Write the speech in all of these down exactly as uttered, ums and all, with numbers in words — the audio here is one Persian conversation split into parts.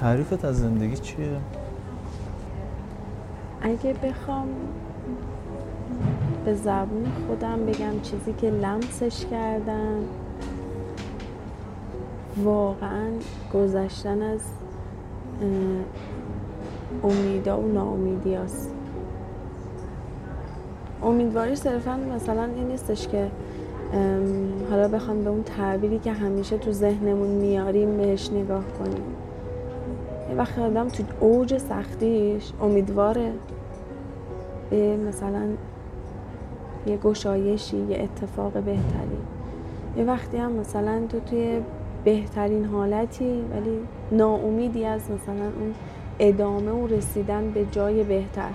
تعریفت از زندگی چیه؟ اگه بخوام به زبون خودم بگم چیزی که لمسش کردم، واقعا گذشتن از امیدا و ناامیدی هست. امیدواری صرفا مثلا این نیستش که حالا بخوام به اون تعبیری که همیشه تو ذهنمون میاریم بهش نگاه کنیم. یه وقت آدم تو اوج سختیش امیدواره به مثلا یه گشایشی، یه اتفاق بهتری. یه وقتی هم مثلا تو توی بهترین حالتی ولی ناامیدی از مثلا اون ادامه و رسیدن به جای بهتر.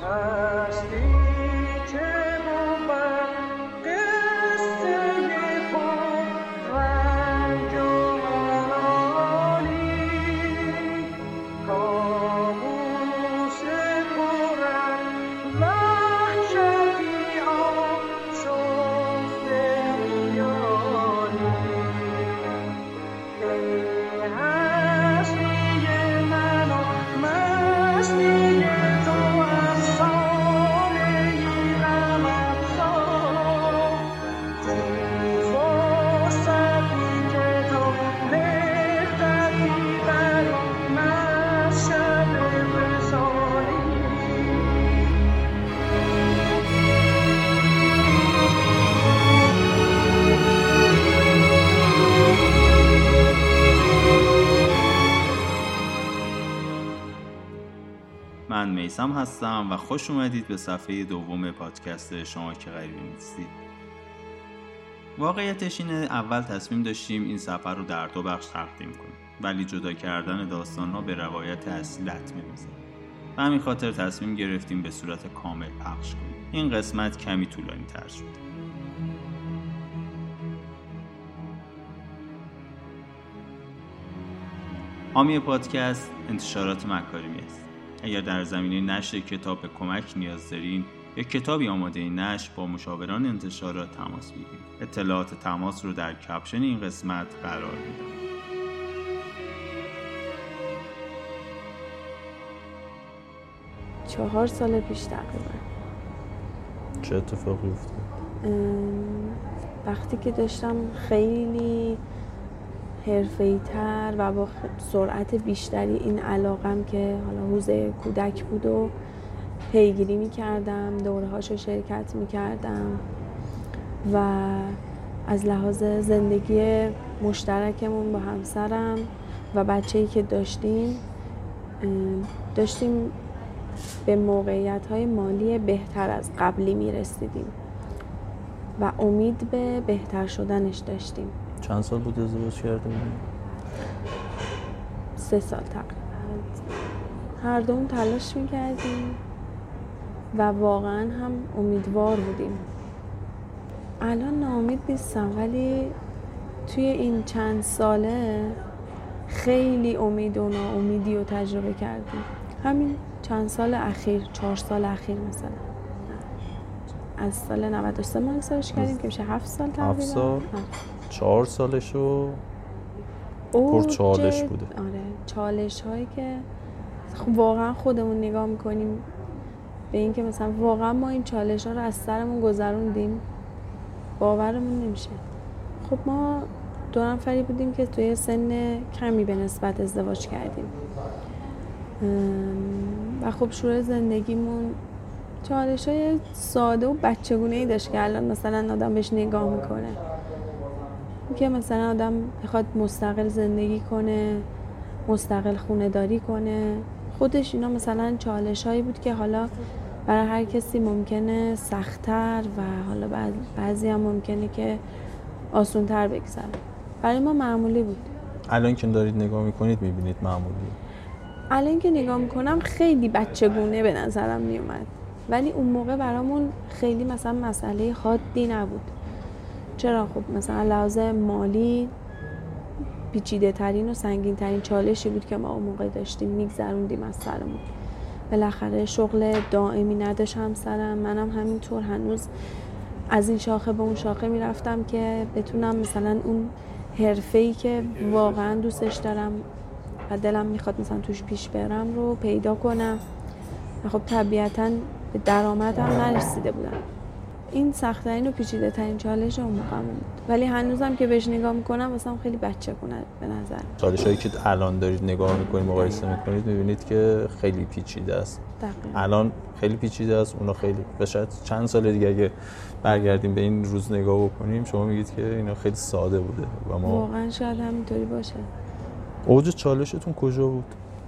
من میثم هستم و خوش اومدید به صفحه دوم پادکست شما که غریبه نیستید. واقعیتش اینه اول تصمیم داشتیم این سفر رو در دو بخش تقدیم کنیم، ولی جدا کردن داستان‌ها به روایت اصلی لطمه می‌زنه. و همین خاطر تصمیم گرفتیم به صورت کامل پخش کنیم. این قسمت کمی طولانی تر شد. حامی پادکست انتشارات مکارمی است. اگر در زمینه نشر کتاب به کمک نیاز دارین یا کتابی آماده نشر، با مشاوران انتشارات تماس بگیرید. اطلاعات تماس رو در کپشن این قسمت قرار میدم. چهار سال پیش تقریبا. چه اتفاقی افتاد؟ وقتی که داشتم خیلی حرفه‌ای‌تر و با سرعت بیشتری این علاقم که حالا حوزه کودک بود و پیگیری می‌کردم، دوره‌هاشو شرکت می‌کردم و از لحاظ زندگی مشترکمون با همسرم و بچه‌ای که داشتیم داشتیم به موقعیت‌های مالی بهتر از قبلی می‌رسیدیم و امید به بهتر شدنش داشتیم. چند سال بود ازدواج کرده بودیم؟ سه سال تقریبا. هر دوم تلاش میکردیم و واقعا هم امیدوار بودیم. الان ناامید نیستم، ولی توی این چند ساله خیلی امید و ناامیدی رو تجربه کردیم. همین چند سال اخیر، چهار سال اخیر مثلا. از سال نود و سه ما ازدواج کردیم که میشه هفت سال تقریبا. هفت سال؟ چهار سالشو پر چالش بوده. آره، چالش هایی که واقعا خودمون نگاه میکنیم به این که مثلا واقعا ما این چالش ها رو از سرمون گذروندیم، باورمون نمیشه. خب ما دو نفری بودیم که توی سن کمی به نسبت ازدواج کردیم و خب شروع زندگیمون چالش های ساده و بچگونه‌ای داشت که الان مثلا آدم بهش نگاه میکنه که مثلا آدم بخواد مستقل زندگی کنه، مستقل خونه داری کنه. خودش اینا مثلا چالش هایی بود که حالا برای هر کسی ممکنه سخت‌تر و حالا بعضی هم ممکنه که آسان‌تر بگذره. برای ما معمولی بود. الان که دارید نگاه میکنید میبینید معمولی؟ الان که نگاه میکنم خیلی بچگونه به نظرم میومد، ولی اون موقع برامون خیلی مثلا مسئله حادی نبود. چرا؟ خب مثلا لحاظ مالی پیچیده ترین و سنگین ترین چالشی بود که ما اون موقع داشتیم میگذروندیم از سرمون. بالاخره شغل دائمی نداشت همسرم، منم همینطور هنوز از این شاخه به اون شاخه میرفتم که بتونم مثلا اون حرفه‌ای که واقعا دوستش دارم و دلم میخواد مثلا توش پیش برم رو پیدا کنم و خب طبیعتاً به درآمدم نرسیده بودم. این سخت‌ترین و پیچیده ترین چالش اون موقع بود، ولی هنوزم که بهش نگاه میکنم واسم خیلی بچگونه به نظر. چالشایی که الان دارید نگاه میکنید مقایسه میکنید میبینید که خیلی پیچیده است. دقیقا. الان خیلی پیچیده است، اونا خیلی شاید چند سال دیگه اگه برگردیم به این روز نگاه بکنیم شما میگید که اینا خیلی ساده بوده و ما واقعا شاید همینطوری باشه. اوج چالشتون کجا بود؟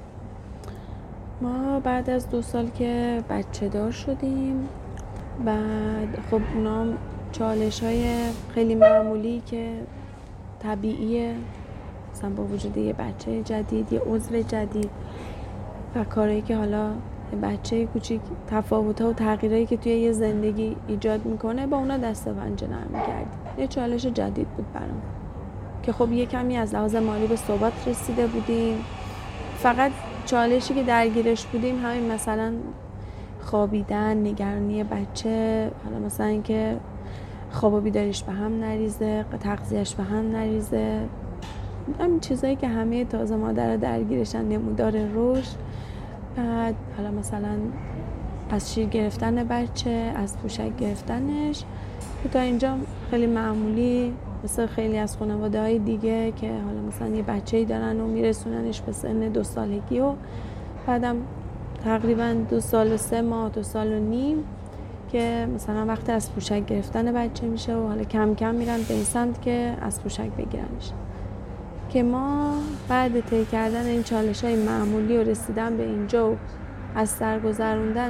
ما بعد از دو سال که بچه دار شدیم، بعد خب اونا چالش های خیلی معمولی که طبیعیه، مثلا با وجود یه بچه جدید، یه عضو جدید و کارهایی که حالا بچه کوچیک تفاوت‌ها و تغییرایی که توی یه زندگی ایجاد میکنه با اونا دست و پنجه نرم می‌کردیم. یه چالش جدید بود برام که خب یه کمی از لحاظ مالی به ثبات رسیده بودیم. فقط چالشی که درگیرش بودیم همین مثلا خوابیدن، نگرانی بچه، حالا مثلا اینکه خواب و بیداریش به هم نریزه، تغذیه‌اش به هم نریزه، همین چیزایی که همه تازه مادر درگیرشن، نمودار رشد. بعد حالا مثلا از شیر گرفتن بچه، از پوشک گرفتنش، تا اینجا خیلی معمولی مثل خیلی از خانواده‌های دیگه که حالا مثلا یه بچه‌ای دارن و میرسوننش به سن دو سالگی و بعدم تقریبا دو سال و سه ماه، دو سال و نیم که مثلا وقت از پوشک گرفتن بچه میشه و حالا کم کم میرن به این سمت که از پوشک بگیرنش. که ما بعد طی کردن این چالش‌های معمولی و رسیدن به اینجا و از سر گذروندن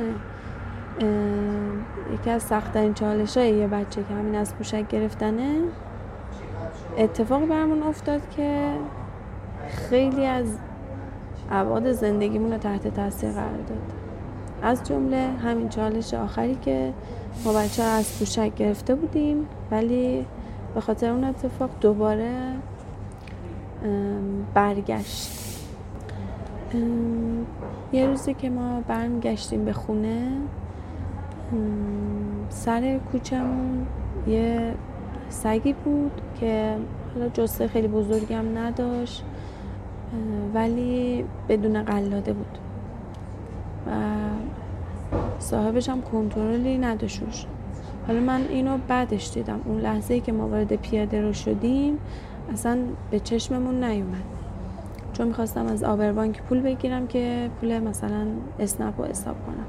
یکی از سخت‌ترین چالش‌های یه بچه که همین از پوشک گرفتنه، اتفاقی برامون افتاد که خیلی از ابعاد زندگیمون رو تحت تاثیر قرار داد. از جمله همین چالش آخری که ما بچه رو از پوشک گرفته بودیم، ولی به خاطر اون اتفاق دوباره برگشت. یه روزی که ما برمیگشتیم به خونه، سر کوچمون یه سگی بود که حالا جثه خیلی بزرگی هم نداشت ولی بدون قلاده بود و صاحبش هم کنترلی نداشت روش. حالا من اینو بعدش دیدم، اون لحظه‌ای که ما وارد پیاده رو شدیم اصلا به چشممون نیومد، چون میخواستم از آبربانک پول بگیرم که پول مثلا اسنپ رو حساب کنم.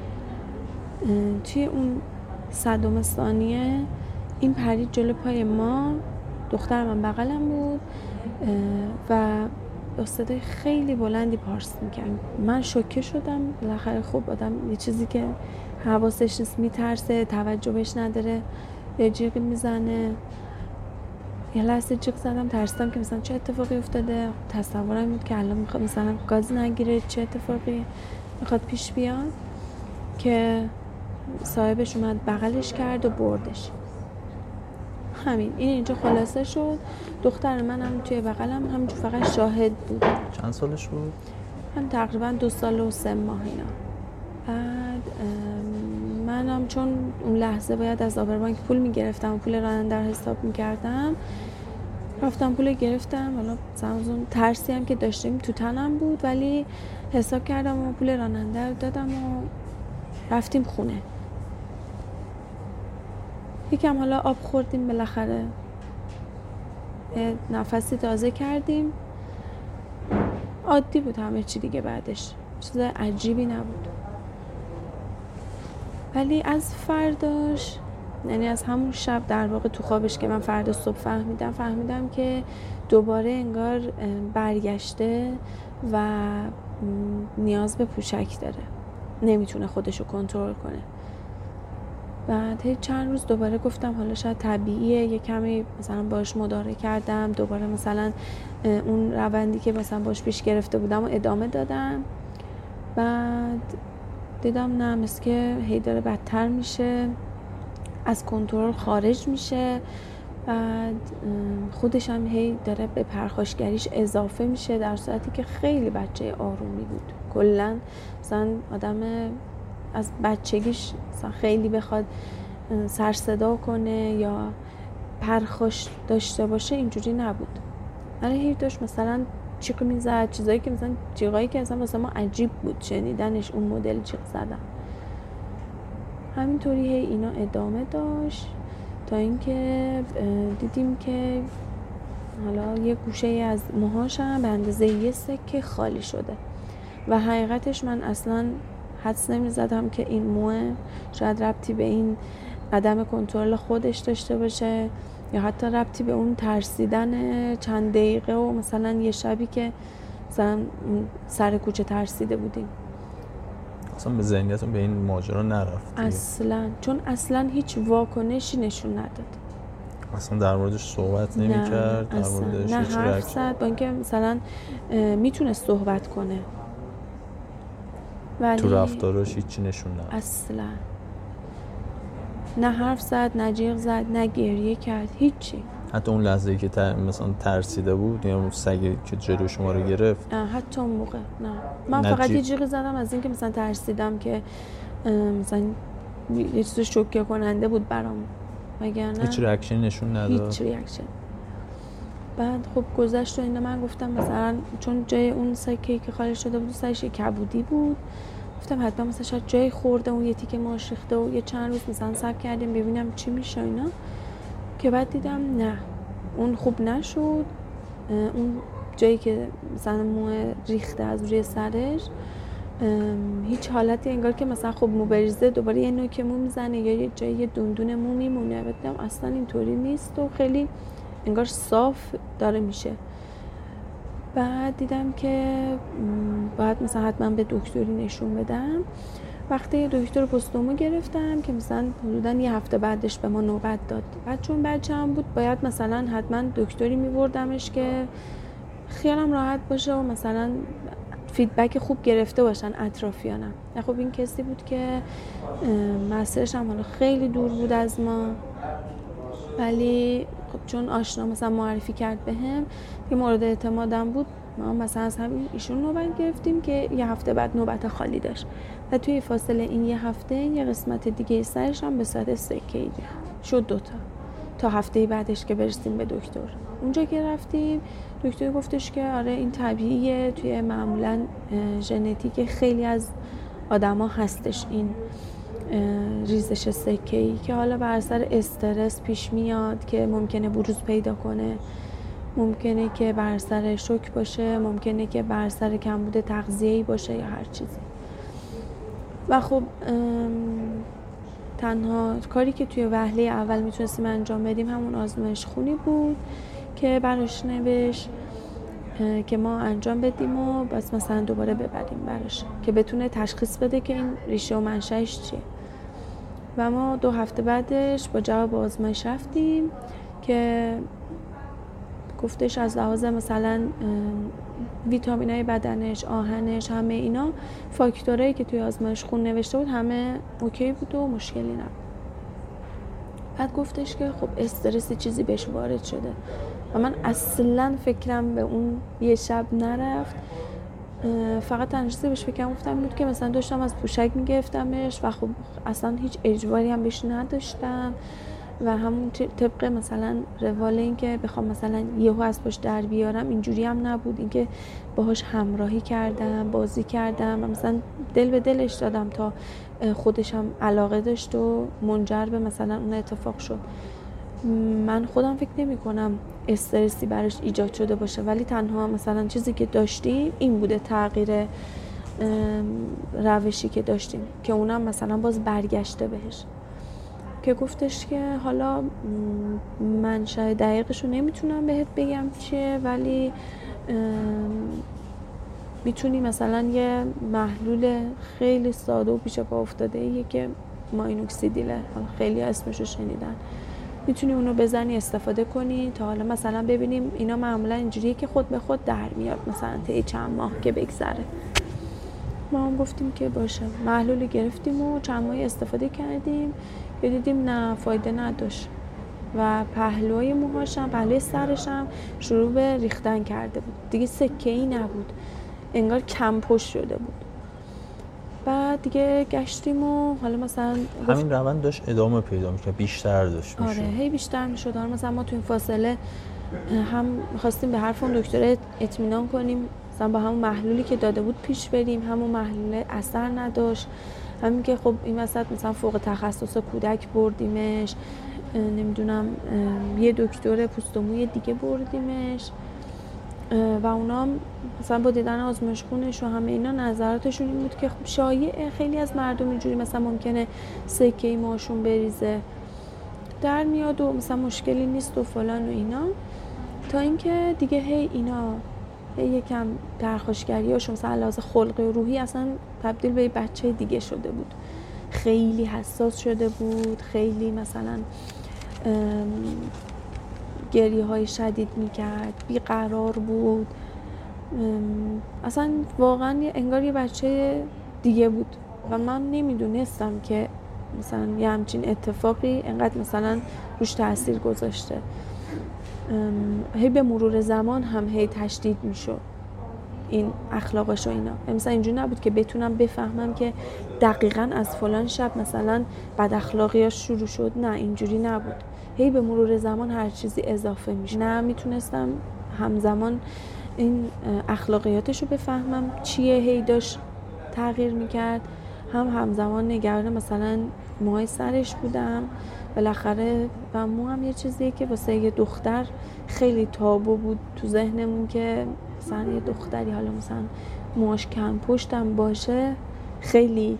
توی اون صدم ثانیه این پرید جلو پای ما، دختر من بغلم بود و با صدای خیلی بلندی پارس میکرد. من شوکه شدم. بالاخره خب آدم یه چیزی که حواسش نیست میترسه، توجه بهش نداره، یه جیغ میزنه. یه لحظه جیغ زدم، ترسیدم که مثلا چه اتفاقی افتاده. تصورم بود که الان میخواد مثلا گاز نگیره، چه اتفاقی میخواد پیش بیاد، که صاحبش اومد بغلش کرد و بردش. همین این اینجا خلاصه شد. دختر من هم توی بغلم همینجور فقط شاهد بود. چند سالش بود؟ من تقریبا دو سال و سه ماه اینا. بعد منم چون اون لحظه باید از آبربانک پول میگرفتم و پول راننده رو حساب میکردم، رفتم پول گرفتم. حالا مثلا اون ترسی هم که داشتیم تو تنم بود، ولی حساب کردم و پول راننده رو دادم و رفتیم خونه. یکم حالا آب خوردیم، بالاخره نفسی تازه کردیم. عادی بود همه چی دیگه، بعدش چیز عجیبی نبود. ولی از فرداش، یعنی از همون شب در واقع تو خوابش که من فردا صبح فهمیدم فهمیدم که دوباره انگار برگشته و نیاز به پوشک داره، نمیتونه خودشو کنترل کنه. بعد هی چند روز دوباره گفتم حالا شاید طبیعیه، یه کمی مثلا باش مدارا کردم، دوباره مثلا اون روندی که مثلا باش پیش گرفته بودم و ادامه دادم. بعد دیدم نه، مثل که هی داره بدتر میشه، از کنترل خارج میشه. بعد خودش هم هی داره به پرخاشگریش اضافه میشه، در صورتی که خیلی بچه آرومی بود. کلا مثلا آدم از بچگیش مثلا خیلی بخواد سر صدا کنه یا پرخاش داشته باشه اینجوری نبود. ولی هی داشت مثلا جیغ میزد، چیزایی که مثلا جیغایی که اصلا واسه ما عجیب بود شنیدنش، اون مدل جیغ زدن. همینطوری هی اینا ادامه داشت تا اینکه دیدیم که حالا یه گوشه از موهاشم به اندازه یه سکه خالی شده و حقیقتش من اصلا حدس نمیزدم که این موه شاید ربطی به این عدم کنترل خودش داشته باشه یا حتی ربطی به اون ترسیدن چند دقیقه و مثلا یه شبی که مثلا سر کوچه ترسیده بودیم. اصلا به ذهنیتون به این ماجرا نرفت اصلا، چون اصلا هیچ واکنشی نشون نداد. اصلا در موردش صحبت نمی‌کرد، در موردش هیچ حرف زد، با اینکه مثلا میتونه صحبت کنه ولی تو رفتاراش هیچی نشون نداد. اصلا نه حرف زد، نه جیغ زد، نه گریه کرد، هیچی. حتی اون لحظه‌ای که تر... مثلا ترسیده بود یا اون سگی که جلوی شما رو گرفت، حتی اون موقع نه. من نه فقط جیغ... یه جیغ زدم از اینکه مثلا ترسیدم که مثلا یه چیز شوکه کننده بود برام، وگرنه هیچ ریاکشن نشون نداد. هیچ ریاکشن. بعد خب گذشت و اینا، من گفتم مثلا چون جای اون سکه‌ای که خالی شده بود سرش کبودی بود، گفتم حتما مثلا شاید جای خورده اون یه تیکه ماش ریخته و یه چند روز مثلا صبر کردیم ببینم چی میشه اینا، که بعد دیدم نه اون خوب نشد. اون جایی که مثلا موه ریخته از روی سرش هیچ حالتی انگار که مثلا خب مو بریزه دوباره یه نوک مو میزنه یا یه جایی یه دندون مو میمونه. دیدم اصلا اینطوری نیست و خیلی انگار صاف داره میشه. بعد دیدم که باید مثلا حتما به دکتری نشون بدم. وقتی دکتر پستومو گرفتم که مثلا حدودا یه هفته بعدش به ما نوبت داد. بعد چون بچه‌م بود باید مثلا حتما دکتری میبردمش که خیالم راحت باشه و مثلا فیدبک خوب گرفته باشن اطرافیانم. خب این کسی بود که مسیرش هم حالا خیلی دور بود از ما، ولی خب چون آشنا مثلا معرفی کرد بهم که مورد اعتمادم بود، ما مثلا از همین ایشون نوبت گرفتیم که یه هفته بعد نوبت خالی داشت و توی فاصله این یه هفته یه قسمت دیگه سرش هم به صورت سکه‌ای شد دوتا تا هفته بعدش که برسیم به دکتر. اونجا که رفتیم دکتر گفتش که آره این طبیعیه، توی معمولا ژنتیک خیلی از آدما هستش این ریزش سکه‌ای که حالا بر اثر استرس پیش میاد که ممکنه بروز پیدا کنه، ممکنه که بر اثر شوک باشه، ممکنه که بر اثر کمبود تغذیه‌ای باشه یا هر چیزی. و خب تنها کاری که توی وهله اول میتونستیم انجام بدیم همون آزمایش خونی بود که براش نوشت که ما انجام بدیم و بس مثلا دوباره ببریم براش که بتونه تشخیص بده که این ریشه و منشأش چیه. و ما دو هفته بعدش با جواب آزمایش رفتیم که گفتش از لحاظ مثلا ویتامینای بدنش، آهنش، همه اینا فاکتورایی که توی آزمایش خون نوشته بود همه اوکی بود و مشکلی نبود. بعد گفتش که خب استرس چیزی بهش وارد شده و من اصلا فکرم به اون یه شب نرفت. فقط تنها چیزی بهش فکرم گفتم بود که مثلا داشتم از پوشک میگرفتمش و خب اصلا هیچ اجباری هم بهش نداشتم و همون طبق مثلا روال این که بخوام مثلا یهو از باش در بیارم اینجوری هم نبود، اینکه باهاش همراهی کردم، بازی کردم و مثلا دل به دلش دادم تا خودش هم علاقه داشت و منجر به مثلا اون اتفاق شد. من خودم فکر نمی کنم استرسی براش ایجاد شده باشه، ولی تنها مثلا چیزی که داشتیم این بوده، تغییر روشی که داشتیم که اونم مثلا باز برگشته بهش، که گفتش که حالا منشأ دقیقش رو نمیتونم بهت بگم چیه، ولی میتونی مثلا یه محلول خیلی ساده و پیش پا افتاده ایه که ماینوکسیدیله، خیلی اسمشو شنیدن، میتونی اونو بزنی استفاده کنی تا حالا مثلا ببینیم اینا معمولا اینجوریه که خود به خود در میاد مثلا طی چند ماه که بگذره. ما هم گفتیم که باشه، محلولی گرفتیم و چند ماهی استفاده کردیم که دیدیم نه فایده نداشت و پهلوی موهاشم، پهلوی سرشم شروع به ریختن کرده بود، دیگه سکه‌ای نبود، انگار کم پشت شده بود. بعد دیگه گشتیم و حالا مثلا همین روند داشت ادامه پیدا می‌کرد، بیشتر داشت می‌شد. آره هی بیشتر می‌شد. مثلا ما تو این فاصله هم خواستیم به حرف اون دکتر اطمینان کنیم، مثلا با همون محلولی که داده بود پیش بریم، همون محلول اثر نداشت. همین که خب این وسط مثلا فوق تخصص کودک بردیمش، نمیدونم یه دکتر پوست و موی دیگه بردیمش و اونا مثلا با دیدن آزمایش خونش و همه اینا نظراتشون این بود که خب شایعه خیلی از مردم اینجوری مثلا ممکنه سکه ماشون بریزه در میاد و مثلا مشکلی نیست و فلان و اینا، تا اینکه دیگه هی اینا هی یکم پرخاشگریاشون مثلا لحاظ خلقی و روحی اصلا تبدیل به بچه دیگه شده بود. خیلی حساس شده بود، خیلی مثلا گریه های شدید میکرد، بیقرار بود، اصلا واقعا انگار یه بچه دیگه بود و من نمیدونستم که مثلا یه همچین اتفاقی انقدر مثلا روش تاثیر گذاشته. هی به مرور زمان هم هی تشدید میشد این اخلاقش و اینا. مثلا اینجوری نبود که بتونم بفهمم که دقیقاً از فلان شب مثلا بد اخلاقیاش شروع شد، نه اینجوری نبود. هی به مرور زمان هر چیزی اضافه میشه. نه میتونستم همزمان این اخلاقیاتش رو بفهمم چیه، هی داشت تغییر میکرد، هم همزمان نگران مثلا موهای سرش بودم. بالاخره و مو هم یه چیزیه که واسه یه دختر خیلی تابو بود تو ذهنمون که مثلا یه دختری حالا مثلا موهاش کم پشتم باشه خیلی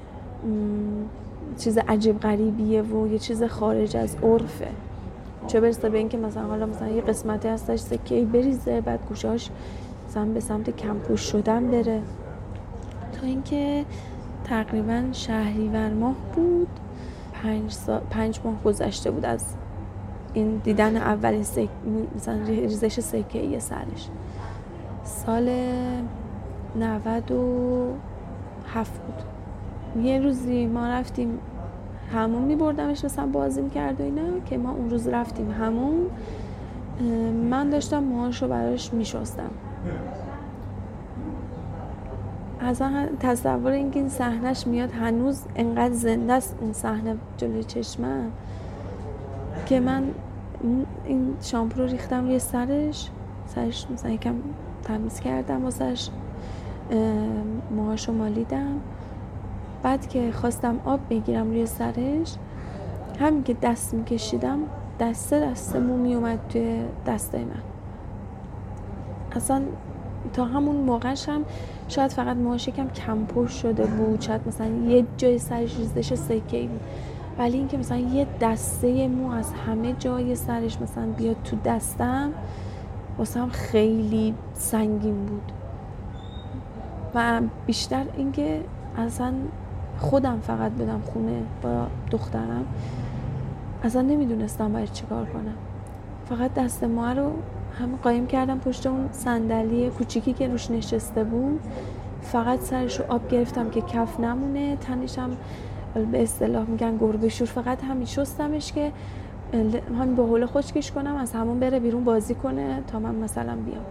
چیز عجیب غریبیه و یه چیز خارج از عرفه، چه برسه به این که مثلا حالا مثلا یه قسمتی هستش سکه‌ای بریزه بعد گوشاش مثلا به سمت کم پشت شدن بره. تا اینکه تقریبا شهریور ماه بود، پنج, سا... پنج ماه گذشته بود از این دیدن اول سک... مثلا ریزش سکه‌ای سرش. سال نود و هفت بود. یه روزی ما رفتیم همون، میبردمش مثلا بازی میکرد و اینا، که ما اون روز رفتیم همون، من داشتم موهاشو براش میشستم. اصلا تصور اینکه این صحنهش میاد هنوز انقدر زنده است اون صحنه جلوی چشمم که من این شامپو رو ریختم روی سرش سرش مثلا یکم تمیز کردم واسش، موهاشو مالیدم. بعد که خواستم آب بگیرم روی سرش، همین که دست میکشیدم دسته دسته مو میومد توی دسته من. اصلا تا همون موقعش هم شاید فقط موهاش یکم کم پشت شده بود، شاید مثلا یه جای سرش ریزش سکه‌ای بود، ولی اینکه مثلا یه دسته مو از همه جای سرش مثلا بیاد تو دستم واسم خیلی سنگین بود. و بیشتر اینکه اصلا خودم فقط بدم خونه با دخترم، اصلا نمیدونستم باید چی کار کنم. فقط دست ما رو هم قایم کردم پشت اون صندلی کوچیکی که روش نشسته بود، فقط سرش رو آب گرفتم که کف نمونه، تنش هم به اصطلاح میگن گربه شور، فقط همین شستمش که همین با حوله خشکش کنم از همون بره بیرون بازی کنه تا من مثلا بیام.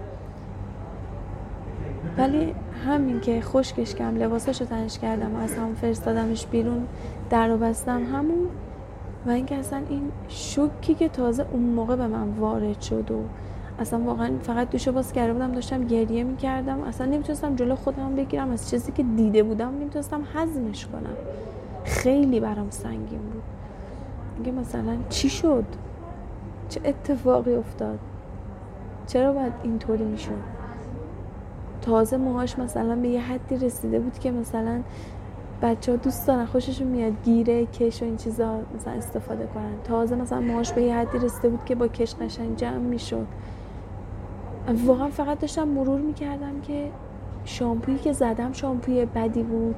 ولی همین که خشکش کردم، لباساشو تنش کردم و از همون فرستادمش بیرون، در رو بستم همون. و اینکه اصلا این شوکی که تازه اون موقع به من وارد شد و اصلا واقعا فقط دوشو باز کرده بودم داشتم گریه میکردم، اصلا نمیتونستم جلو خودم بگیرم از چیزی که دیده بودم، نمیتونستم هضمش کنم. خیلی برام سنگین بود. اینکه مثلا چی شد؟ چه اتفاقی افتاد؟ چرا باید اینطوری میشد؟ تازه موهاش مثلا به یه حدی رسیده بود که مثلا بچه‌ها دوست دارن، خوششون میاد گیره، کش و این چیزا مثلا استفاده کنن. تازه مثلا موهاش به یه حدی رسیده بود که با کش قشنگ جمع میشد. واقعا فقط داشتم مرور میکردم که شامپویی که زدم شامپوی بدی بود.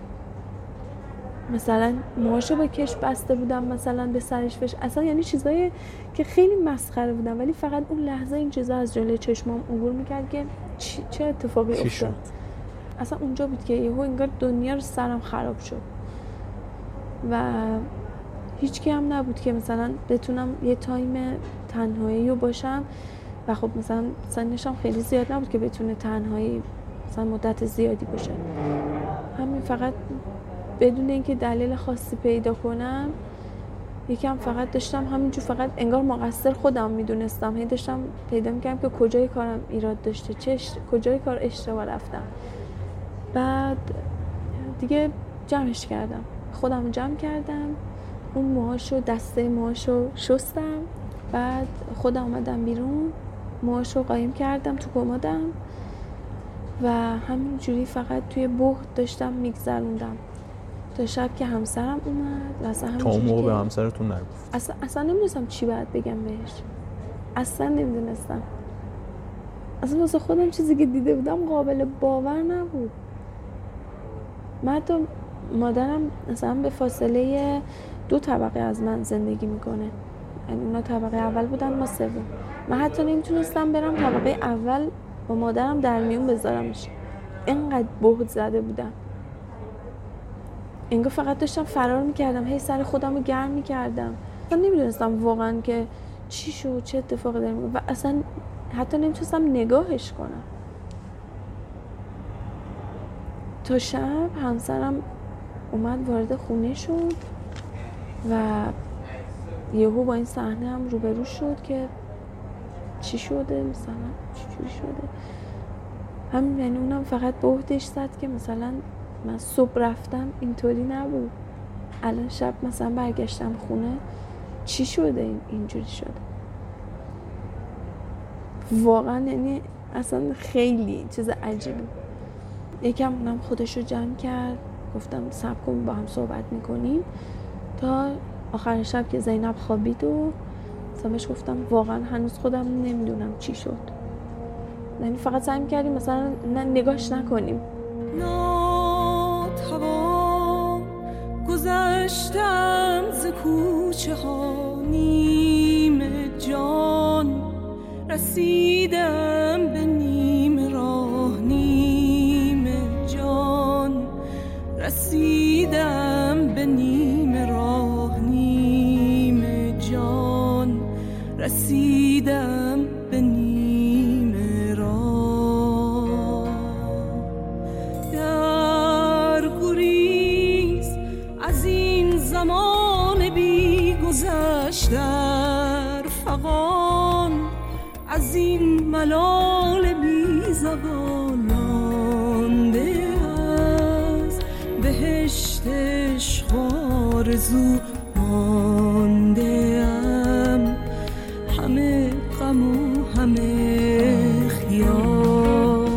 مثلا موهاشو با کش بسته بودم مثلا به سرش فش، اصلا یعنی چیزایی که خیلی مسخره بودن، ولی فقط اون لحظه این چیزا از جلوی چشمام عبور میکرد که چه اتفاقی افتاد. اصلا اونجا بود که یهو انگار دنیا رو سرم خراب شد و هیچ کی هم نبود که مثلا بتونم یه تایم تنهایی رو باشم و خب مثلا سنشم خیلی زیاد نبود که بتونه تنهایی مثلا مدت زیادی باشه. همین فقط بدون اینکه دلیل خاصی پیدا کنم یکم فقط داشتم همینجور فقط انگار مقصر خودم میدونستم، هی داشتم پیدا میکردم که کجای کارم ایراد داشته، چه اشت... کجای کار اشتباه رفتم. بعد دیگه جمعش کردم، خودم جمع کردم، اون موهاشو دسته موهاشو شستم، بعد خودم اومدم بیرون، موهاشو قایم کردم تو کمدم و همینجوری فقط توی بهت داشتم میگذروندم تا شب که همسرم اومد و اصلا تا اون موقع به همسرتون نگفت؟ اصلا اصلا نمیدونستم چی باید بگم بهش، اصلا نمیدونستم، اصلا واسه خودم چیزی که دیده بودم قابل باور نبود. من حتی مادرم مثلا به فاصله دو طبقه از من زندگی میکنه، یعنی اونا طبقه اول بودن ما سوم. من حتی نمیتونستم برم طبقه اول با مادرم در میون بذارمش، اینقدر بهت زده بودم، انگار فقط داشتم فرار میکردم، هی سر خودم رو گرم میکردم. اصلا نمیدونستم واقعا که چی شد، چه اتفاقی داره میفته و اصلا حتی نمیتونستم نگاهش کنم. تا شب همسرم اومد وارد خونه شد و یهو با این صحنه هم روبرو شد که چی شده، مثلا چی جوری شده. هم یعنی اونم فقط بهتش زد که مثلا من صبح رفتم اینطوری نبود، الان شب مثلا برگشتم خونه چی شده، این اینجوری شده. واقعا یعنی اصلا خیلی چیز عجیبی. یکم اونم خودش رو جمع کرد، گفتم صبر کن با هم صحبت میکنیم، تا آخر شب که زینب خوابید و مثلا بهش گفتم واقعا هنوز خودم نمیدونم چی شد، یعنی فقط سعی میکردیم مثلا نه نگاش نکنیم. ناتوان گذشتم ز کوچه ها نیمه جان، رسیدم به نیمه راه نیمه جان، رسیدم به نیمه راه نیمه جان، رسیدم به نیمه راه. در گریز از این زمان بی گذشت، در فغان از این ملال بی زوالانده از بهشت عشق آرزو مانده ام، همه غم و همه خیال.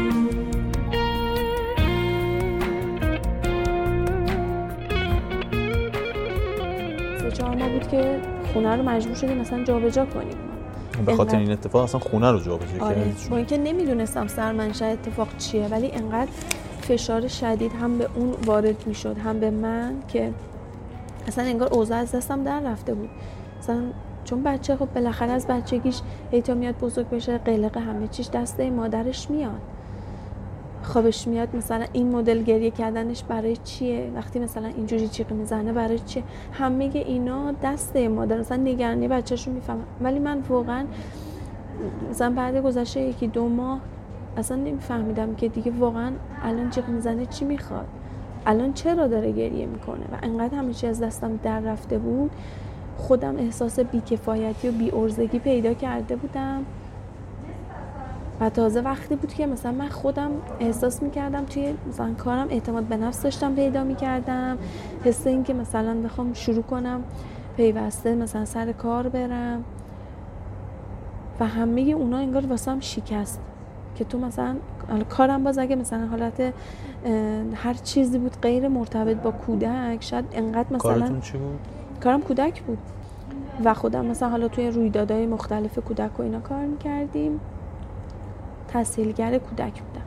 سه چهار ماه بود که خونه رو مجبور شدیم مثلا جابجا کنیم. به خاطر این اتفاق اصلا خونه رو جابجا آره. کردید؟ با اینکه نمیدونستم سرمنشأ اتفاق چیه، ولی انقدر فشار شدید هم به اون وارد میشد هم به من که اصلا انگار اوضاع از دستم در رفته بود. مثلا چون بچه خب بالاخره از بچگیش ایتا میاد بزرگ بشه، قلق همه چیش دسته مادرش میاد، خوابش میاد مثلا این مدل گریه کردنش برای چیه، وقتی مثلا اینجوری جیغ میزنه برای چیه، همه اینا دسته مادر، مثلا نگرانی بچه‌شو میفهمم. ولی من واقعا مثلا بعد گذشته یکی دو ماه اصلا نمیفهمیدم که دیگه واقعا الان جیغ میزنه چی میخواد، الان چرا داره گریه میکنه و انقدر همه چی از دستم در رفته بود. خودم احساس بیکفایتی و بی‌عرضگی پیدا کرده بودم و تازه وقتی بود که مثلا من خودم احساس میکردم توی مثلا کارم اعتماد به نفس داشتم پیدا میکردم، حس این که مثلا بخوام شروع کنم پیوسته مثلا سر کار برم و همه اونا انگار واسم شکست که تو مثلا کارم باز اگه مثلا حالت هر چیزی بود غیر مرتبط با کودک، شاید انقدر مثلا کارتون چی بود؟ کارم کودک بود و خودم مثلا حالا توی رویدادهای مختلف کودک و اینا کار میکردیم، تسهیلگر کودک بودم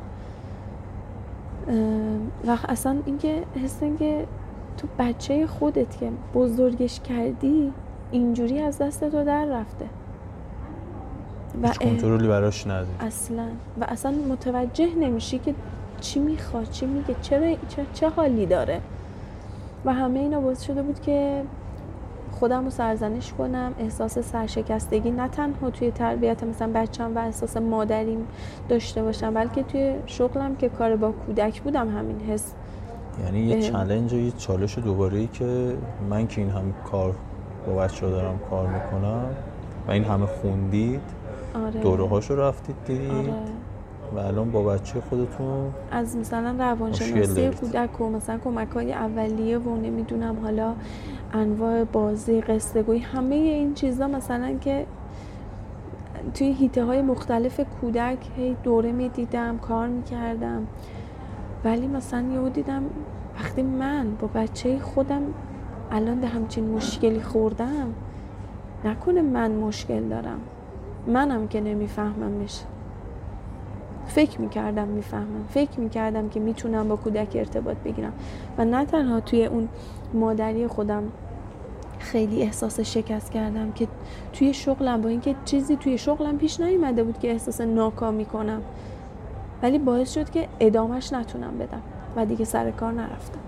و اصلا اینکه حس اینکه تو بچه خودت که بزرگش کردی اینجوری از دست تو در رفته و هیچ کنترلی براش نداری اصلا و اصلا متوجه نمیشی که چی میخواد، چی میگه، چرا چه, چه حالی داره و همه اینا باعث شده بود که خودم رو سرزنش کنم، احساس سرشکستگی نه تنها توی تربیت مثلا بچه‌م و احساس مادریم داشته باشم، بلکه توی شغلم که کار با کودک بودم همین حس یعنی یه اه. چالش و یه چالش دوباره‌ای که من که این همه کار با بچه‌ها دارم کار میکنم و این همه خوندید، آره. دوره هاشو رفتید دیدید، آره. و الان با بچه خودتون از مثلا روانشناسی کودک و مثلا کمک‌های اولیه و نمیدونم حالا انواع بازی، قصه گویی، همه این چیزا مثلا که توی حیطه های مختلف کودک هی دوره میدیدم، کار میکردم، ولی مثلا یهو دیدم وقتی من با بچه خودم الان به همچین مشکلی خوردم، نکنه من مشکل دارم، منم که نمیفهممش. فکر میکردم میفهمم، فکر میکردم که میتونم با کودک ارتباط بگیرم و نه تنها توی اون مادری خودم خیلی احساس شکست کردم که توی شغلم، با اینکه چیزی توی شغلم پیش نیومده بود که احساس ناکامی کنم، ولی باعث شد که ادامهش نتونم بدم و دیگه سر کار نرفتم.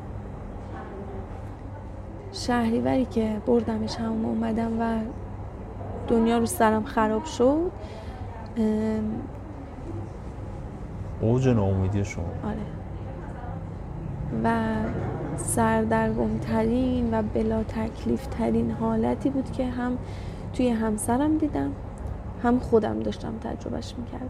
شهریوری که بردمش هم اومدم و دنیا رو سرم خراب شد، اوج ناامیدی شما. آره. و سردرگم ترین و بلا تکلیف ترین حالتی بود که هم توی همسرم دیدم، هم خودم داشتم تجربهش میکردم.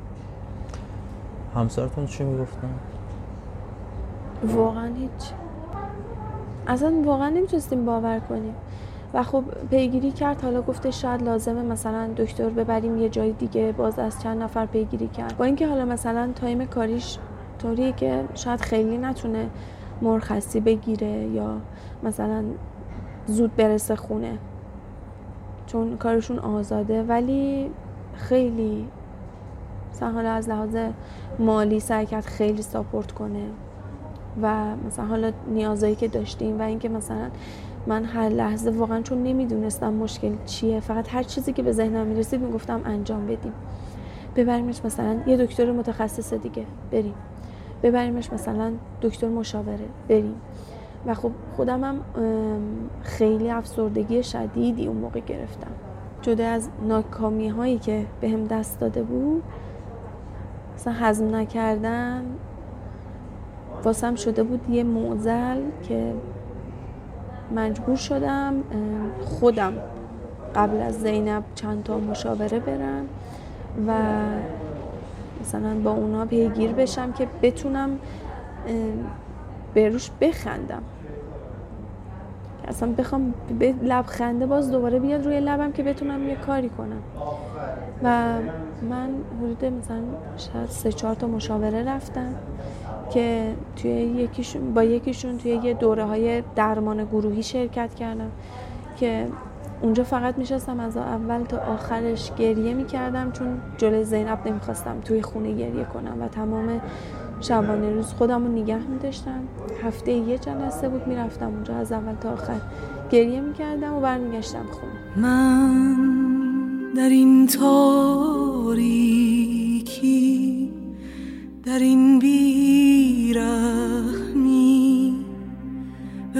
همسرتون چی میگفتن؟ واقعا هیچ. اصلا واقعا نمیتونستیم باور کنیم و خب پیگیری کرد، حالا گفته شاید لازمه مثلا دکتر ببریم یه جای دیگه، باز از چند نفر پیگیری کرد، با اینکه حالا مثلا تایم کاریش طوریه که شاید خیلی نتونه مرخصی بگیره یا مثلا زود برسه خونه چون کارشون آزاده، ولی خیلی مثلا حالا از لحاظ مالی سعی کرد خیلی ساپورت کنه و مثلا حالا نیازایی که داشتیم و اینکه مثلا من هر لحظه واقعا چون نمیدونستم مشکل چیه، فقط هر چیزی که به ذهنم میرسید میگفتم انجام بدیم، ببریمش مثلا یه دکتر متخصص دیگه بریم، ببریمش مثلا دکتر مشاوره بریم. و خب خودم هم خیلی افسردگی شدیدی اون موقع گرفتم، جدا از ناکامی هایی که بهم دست داده بود، مثلا هضم نکردن واسم شده بود یه معضل که مجبور شدم خودم قبل از زینب چند تا مشاوره برم و مثلا با اونا پیگیر بشم که بتونم به روش بخندم، اصلا بخوام به لبخنده باز دوباره بیاد روی لبم که بتونم یه کاری کنم. و من حدود مثلا شاید سه چهار تا مشاوره رفتم که توی یکیشون با یکیشون توی یه دوره های درمان گروهی شرکت کردم که اونجا فقط میشستم از اول تا آخرش گریه میکردم چون جلوی زینب نمیخواستم توی خونه گریه کنم و تمام شبانه روز خودم رو نگه میداشتم. هفته یه جلسه بود میرفتم اونجا، از اول تا آخر گریه میکردم و برمیگشتم خونه. من در این تاریکی، در این بیرحمی، به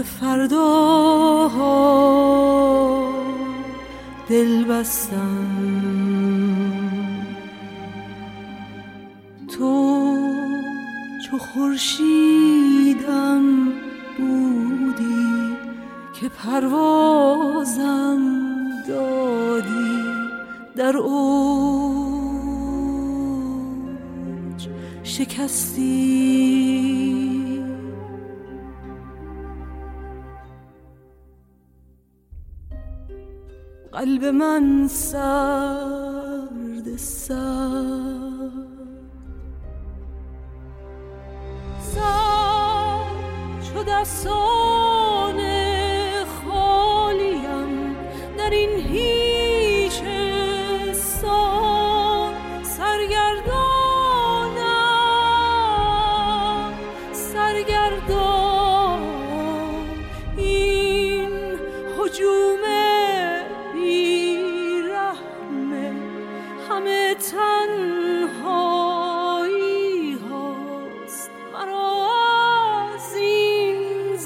فرداها دل بستم. تو چو خورشیدم بودی که پروازم دادی، در اوج شکستی. قلب من سرد سرد سر چو دستان خالیم، در این هیچ سان سرگردانم سرگردان. این هجوم بیرحمه همه تنهایی هاست، مرا از این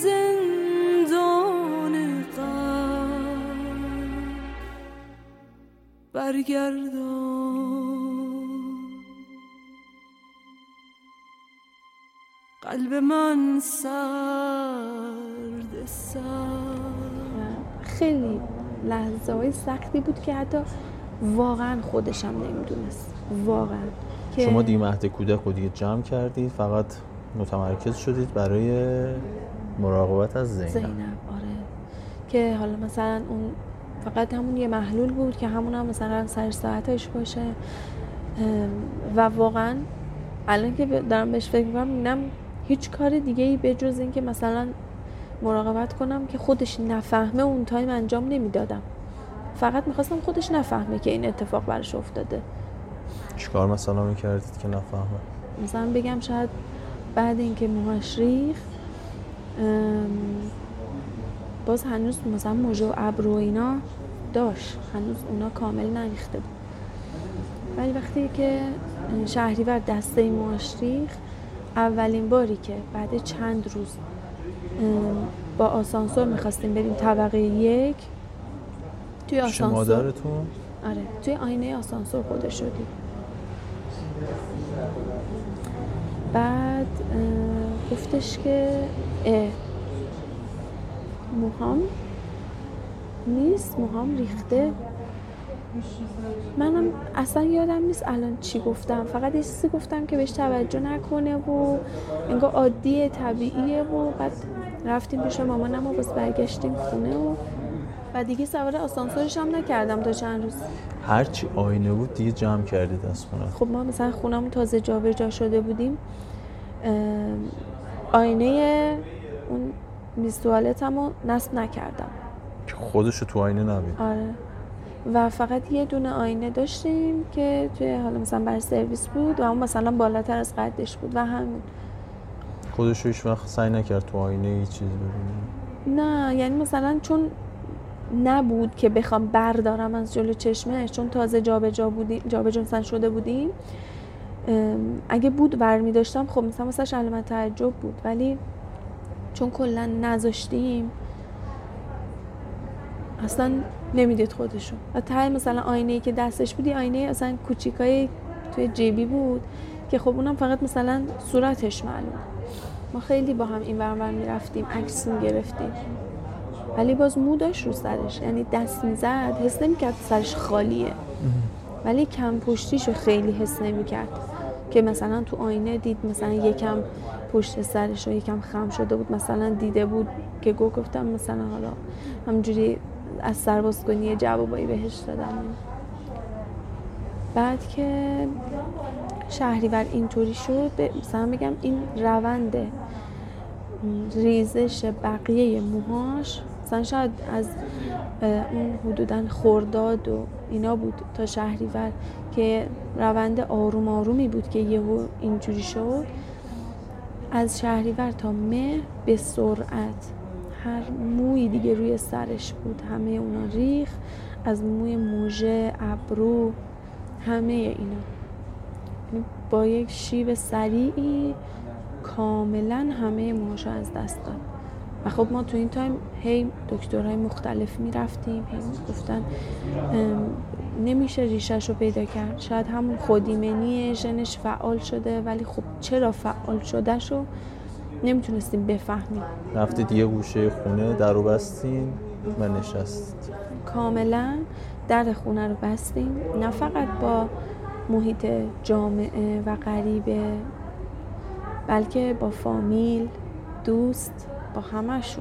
زندان غم برگردان. قلب من سرد سرد. خیلی لحظه های سختی بود که حتی واقعا خودشم نمیدونست واقعا که شما دیگه مهد کودک رو دیگه جمع کردید، فقط متمرکز شدید برای مراقبت از زینب. زینب آره، که حالا مثلا اون فقط همون یه محلول بود که همون هم مثلا سر ساعتش باشه و واقعا الان که دارم بهش فکر میکنم میبینم هیچ کار دیگه ای به جز این که مثلا مراقبت کنم که خودش نفهمه اون تایم انجام نمیدادم. فقط میخواستم خودش نفهمه که این اتفاق براش افتاده. چیکار مثلا میکردید که نفهمه؟ مثلا بگم شاید بعد اینکه موهاش ریخت باز هنوز مثلا موجه و ابرو اینا داشت، هنوز اونا کامل نریخته بود. ولی وقتی که شهریور دسته موهاش ریخت، اولین باری که بعد چند روز با آسانسور میخواستیم بریم طبقه یک، توی آسانسور مادرتون؟ آره توی آینه آسانسور خودش شدیم. بعد گفتش که اه موهام نیست، موهام ریخته. منم اصلا یادم نیست الان چی گفتم، فقط یه چیزی گفتم که بهش توجه نکنه و انگار عادیه طبیعیه و بعد رفتیم پیش مامانم و بس برگشتیم خونه و بعد دیگه سوار آسانسورش هم نکردم تا چند روز. هرچی آینه بود دیگه جمع کردید از خونه؟ خب ما مثلا خونمون تازه جابجا شده بودیم، آینه اون میز توالتمو نصب نکردم که خودشو تو آینه نبید. آره و فقط یه دونه آینه داشتیم که توی حالا مثلا برای سرویس بود و اون مثلا بالاتر از قدش بود و همین. خودشو هیچ وقت سعی نکرد تو آینه یه چیز ببینه؟ نه یعنی مثلا چون نبود که بخوام بردارم از جلو چشمش، چون تازه جابجا بودیم، جابجا مثلا شده بودیم، اگه بود برمی داشتم خب مثلا واسش علامت تعجب بود، ولی چون کلا نذاشتیم اصلا نمیدید خودشو. و ته مثلا آینه‌ای که دستش بودی آینه اصلا کوچیکای توی جیبی بود که خب اونم فقط مثلا صورتش معلوم. ما خیلی با هم این ور اون ور میرفتیم عکس میگرفتیم ولی باز مو داشت رو سرش، یعنی دست میزد حس نمیکرد سرش خالیه ولی کم پشتیشو خیلی حس نمیکرد که مثلا تو آینه دید مثلا یکم پشت سرش رو یکم خم شده بود، مثلا دیده بود که گو گفتم مثلا حالا همجوری از سربازگونی جوابایی بهش دادم. بعد که شهریور اینطوری شد مثلا بگم این روند ریزش بقیه موهاش مثلا شاید از اون حدوداً خرداد و اینا بود تا شهریور که روند آروم آرومی بود که یهو اینجوری شد. از شهریور تا مه به سرعت هر موی دیگه روی سرش بود همه اونا ریخ، از موی موژه، ابرو، همه اینا با یک شیب سریعی کاملا همه موهاشو از دست داد. و خب ما تو این تایم هی دکترهای مختلف میرفتیم، هی گفتن نمیشه ریشه‌شو پیدا کرد، شاید همون خودایمنی ژنش فعال شده ولی خب چرا فعال شده شو نمیتونستیم بفهمیم. رفتید یه گوشه خونه در رو بستین و نشستید؟ کاملا در خونه رو بستیم، نه فقط با محیط جامعه و غریبه بلکه با فامیل، دوست، با همشون.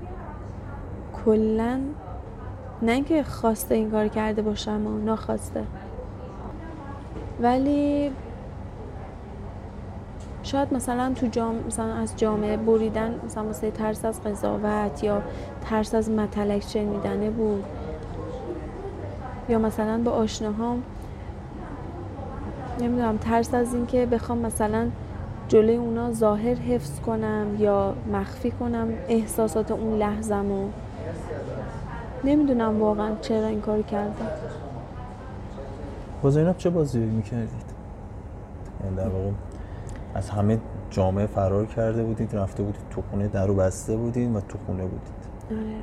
کلن نه اینکه خواسته این کار کرده باشم و ناخواسته، ولی شاید مثلا تو جامعه مثلا از جامعه بریدن مثلا واسه ترس از قضاوت یا ترس از متلک شنیدنه بود، یا مثلا با آشناهام نمیدونم ترس از این که بخوام مثلا جلوی اونا ظاهر حفظ کنم یا مخفی کنم احساسات اون لحظه‌مو. نمیدونم واقعا چرا این کار کردم. با زینب چه بازی میکردید؟ یعنی در واقع از همه جامعه فرار کرده بودید، رفته بودید تو خونه، در رو بسته بودید و تو خونه بودید. آره.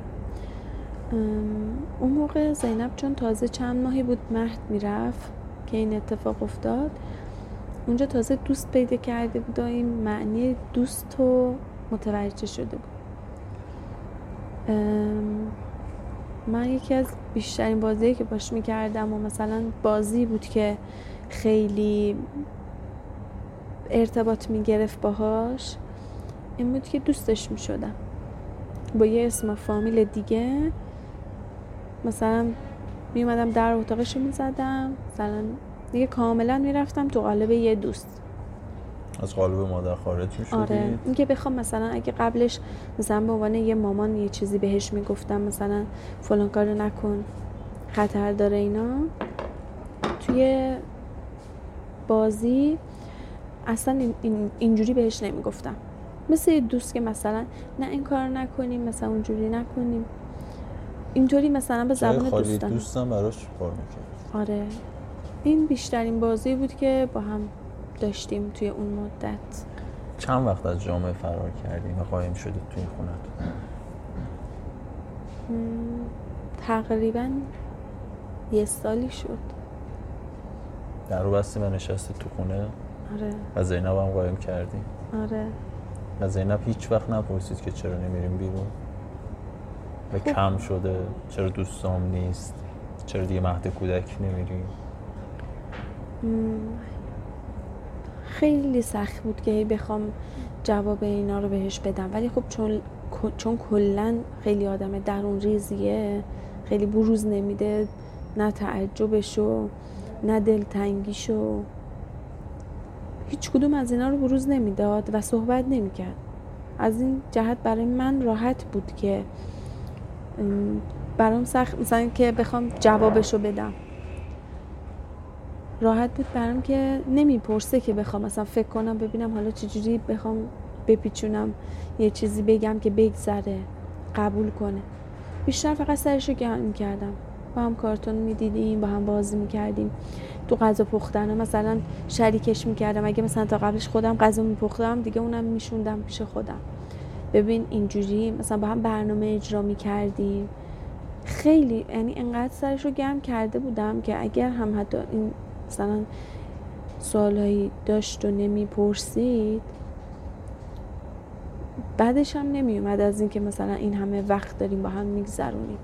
اون موقع زینب چون تازه چند ماهی بود مهد میرفت که این اتفاق افتاد، اونجا تازه دوست پیدا کرده بود و این معنی دوست رو متوجه شده بود. من یکی از بیشترین بازیایی که باش میکردم و مثلا بازی بود که خیلی ارتباط میگرفت باهاش، این بود که دوستش میشدم با یه اسم و فامیل دیگه. مثلا میومدم در اتاقش رو میزدم، مثلا دیگه کاملا میرفتم تو قالب یه دوست، از قالب مادر خارج میشدی. آره، این که بخوام مثلا اگه قبلش مثلا به عنوان یه مامان یه چیزی بهش میگفتم، مثلا فلان کارو نکن خطر داره اینا، توی بازی اصلا این این اینجوری بهش نمیگفتم. مثل یه دوست که مثلا نه این کارو نکنیم، مثلا اونجوری نکنیم، اینطوری مثلا به زبان دوستان دوستم براش کار میکرد. آره، این بیشترین بازی بود که با هم داشتیم توی اون مدت. چند وقت از جامعه فرار کردیم و قایم شدید توی خونت؟ تقریبا یه سالی شد. در رو بستی و نشستی تو خونه؟ آره. و زینب هم قایم کردی؟ آره. و زینب هیچ وقت نپرسید که چرا نمیریم بیرون؟ و خوب. کم شده؟ چرا دوستام نیست؟ چرا دیگه مهد کودک نمیریم؟ خیلی سخت بود که بخوام جواب اینا رو بهش بدم، ولی خب چون چون کلن خیلی آدم درون ریزیه، خیلی بروز نمیده، نه تعجبشو نه دلتنگیشو، هیچ کدوم از اینا رو بروز نمیداد و صحبت نمیکرد. از این جهت برای من راحت بود که برام سخت مثلا که بخوام جوابشو بدم، راحت بود برام که نمیپرسه که بخوام مثلا فکر کنم ببینم حالا چجوری بخوام بپیچونم یه چیزی بگم که بگذره قبول کنه. بیشتر فقط سرشو گرم میکردم، با هم کارتون میدیدیم، با هم بازی میکردیم، تو غذا پختن مثلا شریکش میکردم. اگه مثلا تا قبلش خودم غذا میپختم دیگه اونم میشوندم پیش خودم، ببین اینجوری مثلا با هم برنامه اجرا میکردیم. خیلی یعنی انقدر سرشو گرم کرده بودم که اگر هم حتی این مثلا سوالایی داشت و نمیپرسید، بعدش هم نمیومد از این که مثلا این همه وقت داریم با هم میگذرونیم.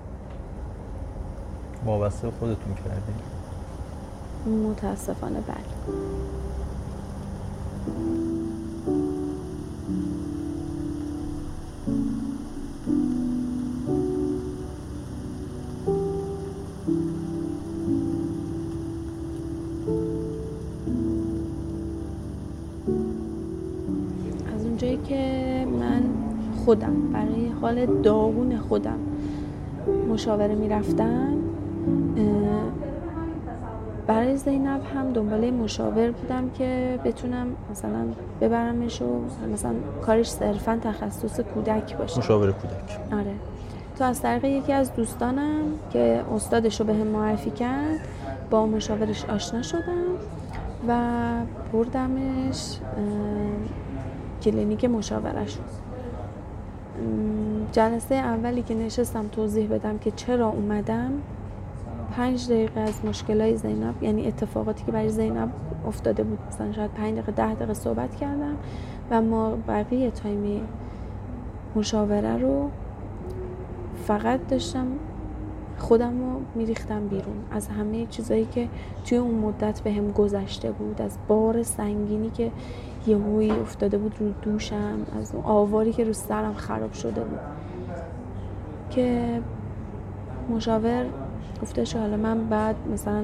وابسته خودتون کردیم؟ متاسفانه بله. از اونجایی که من خودم برای حال داغون خودم مشاوره میرفتم، برای زینب هم دنباله مشاور بودم که بتونم مثلا ببرمش و مثلا کارش صرفا تخصص کودک باشه، مشاور کودک. آره. تو از طریق یکی از دوستانم که استادش رو به هم معرفی کرد با مشاورش آشنا شدم و بردمش کلینیک مشاورش. جلسه اولی که نشستم توضیح بدم که چرا اومدم، پنج دقیقه از مشکلای زینب، یعنی اتفاقاتی که برای زینب افتاده بود، مثلا شاید پنج دقیقه ده دقیقه صحبت کردم و ما بقیه تایم مشاوره رو فقط داشتم خودم رو میریختم بیرون از همه چیزایی که توی اون مدت به هم گذشته بود، از بار سنگینی که یهویی افتاده بود رو دوشم، از اون آواری که رو سرم خراب شده بود، که مشاور گفتش حالا من بعد مثلا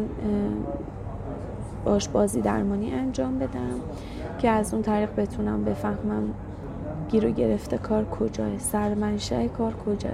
باش بازی درمانی انجام بدم که از اون طریق بتونم بفهمم گیر و گرفته کار کجاه، سرمنشأ کار کجاه.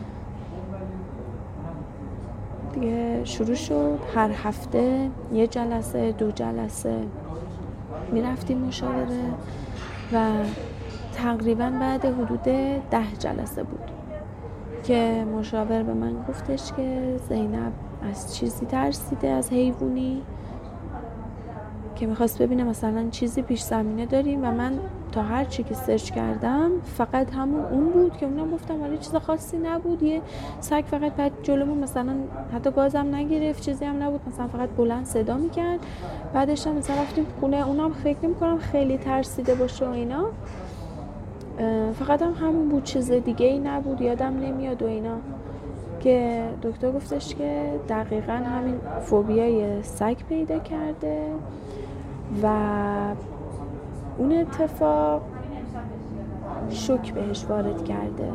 دیگه شروع شد، هر هفته یه جلسه دو جلسه میرفتیم مشاوره و تقریبا بعد حدود ده جلسه بود که مشاور به من گفتش که زینب از چیزی ترسیده، از حیوانی، که میخواست ببینه مثلا چیزی پیش زمینه داریم و من تا هر چی که سرچ کردم فقط همون اون بود که اونم گفتم ولی چیز خاصی نبود، یه سگ فقط بعد جلومون مثلا حتی گازم نگرفت، چیزی هم نبود، مثلا فقط بلند صدا میکرد. بعدش هم مثلا رفتیم خونه، اونم فکر نمی‌کنم خیلی ترسیده باشه و اینا، فقط هم همون بود، چیز دیگه ای نبود، یادم نمیاد و اینا. که دکتر گفتش که دقیقاً همین فوبیای سگ پیدا کرده و اون اتفاق شوک بهش وارد کرده.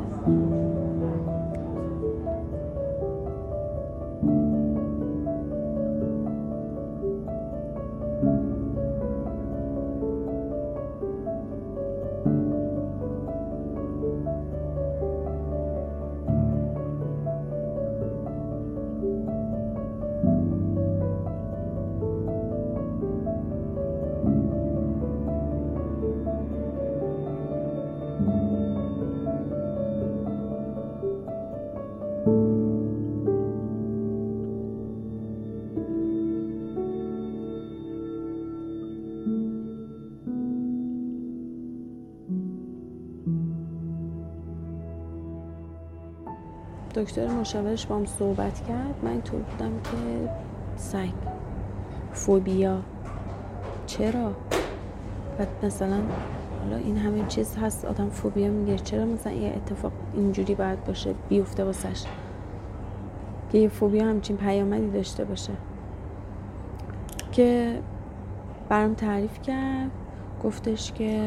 دکتر مشاورش با هم صحبت کرد، من اینطور بودم که سگ، فوبیا، چرا؟ بعد مثلا حالا این همه چیز هست آدم فوبیا میگه، چرا مثلا یه اتفاق اینجوری باید باشه بیفته واسش که یه فوبیا همچین پیامدی داشته باشه. که برام تعریف کرد، گفتش که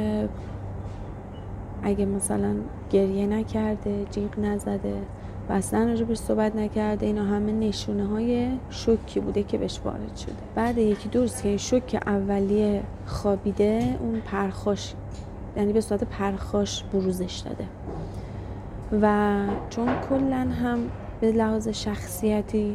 اگه مثلا گریه نکرده، جیغ نزده و اصلا راجبش صحبت نکرده، اینا همه نشونه های شوکی بوده که بهش وارد شده. بعد یکی دو روز که شوک اولیه خوابیده، اون پرخاش، یعنی به صورت پرخاش بروزش داده و چون کلن هم به لحاظ شخصیتی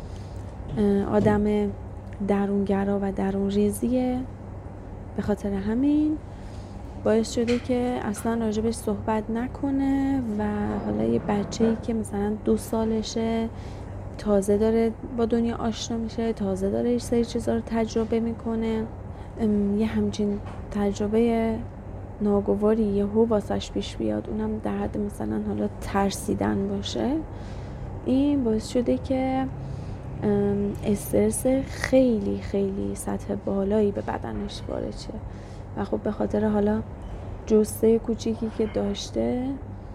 آدم درونگرا و درون ریزیه، به خاطر همین باعث شده که اصلا راجبش صحبت نکنه و حالا یه بچه‌ای که مثلا دو سالشه، تازه داره با دنیا آشنا میشه، تازه داره یه سری چیزا رو تجربه میکنه، یه همچین تجربه ناگواری یهو واسش پیش بیاد، اونم در حد مثلا حالا ترسیدن باشه، این باعث شده که استرس خیلی خیلی سطح بالایی به بدنش وارد شه و خب به خاطر حالا جثه کوچیکی که داشته،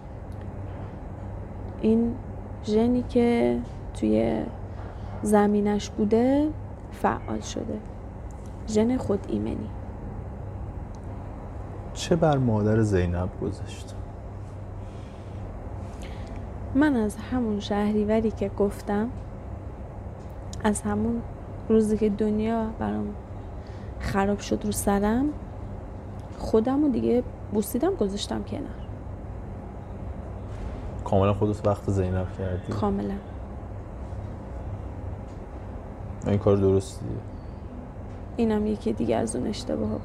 این ژنی که توی زمینش بوده فعال شده، ژن خود ایمنی. چه بر مادر زینب گذشت؟ من از همون شهریوری که گفتم، از همون روزی که دنیا برام خراب شد رو سرم، خودم رو دیگه بوسیدم گذاشتم کنار. کاملا خودت وقت زینب کردی؟ کاملا. این کار درستیه؟ اینم یکی دیگه از اون اشتباه ها.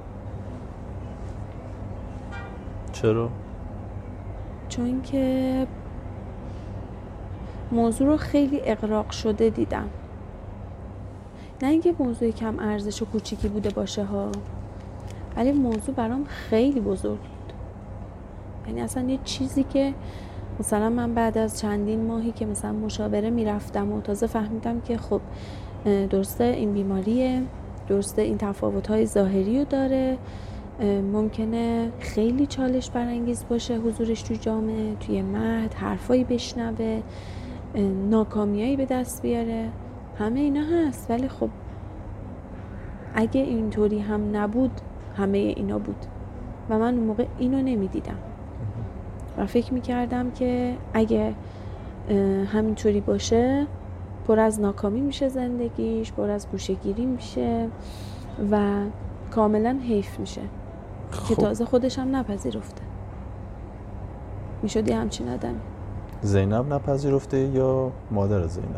چرا؟ چون که موضوع رو خیلی اغراق شده دیدم، نه اینکه موضوع کم ارزش و کوچیکی بوده باشه ها، ولی موضوع برام خیلی بزرگ بود. یعنی اصلا یه چیزی که مثلا من بعد از چندین ماهی که مثلا مشاوره میرفتم و تازه فهمیدم که خب درسته این بیماریه، درسته این تفاوت‌های ظاهری رو داره، ممکنه خیلی چالش برانگیز باشه حضورش تو جامعه، توی مهد حرفایی بشنوه، ناکامیایی به دست بیاره، همه اینا هست، ولی خب اگه اینطوری هم نبود همه اینا بود و من اون موقع اینو نمیدیدم و فکر میکردم که اگه همینطوری باشه پر از ناکامی میشه زندگیش، پر از گوشه‌گیری میشه و کاملا حیف میشه. خب. که تازه خودش هم نپذیرفته، میشد یه همچین آدمی. زینب نپذیرفته یا مادر زینب؟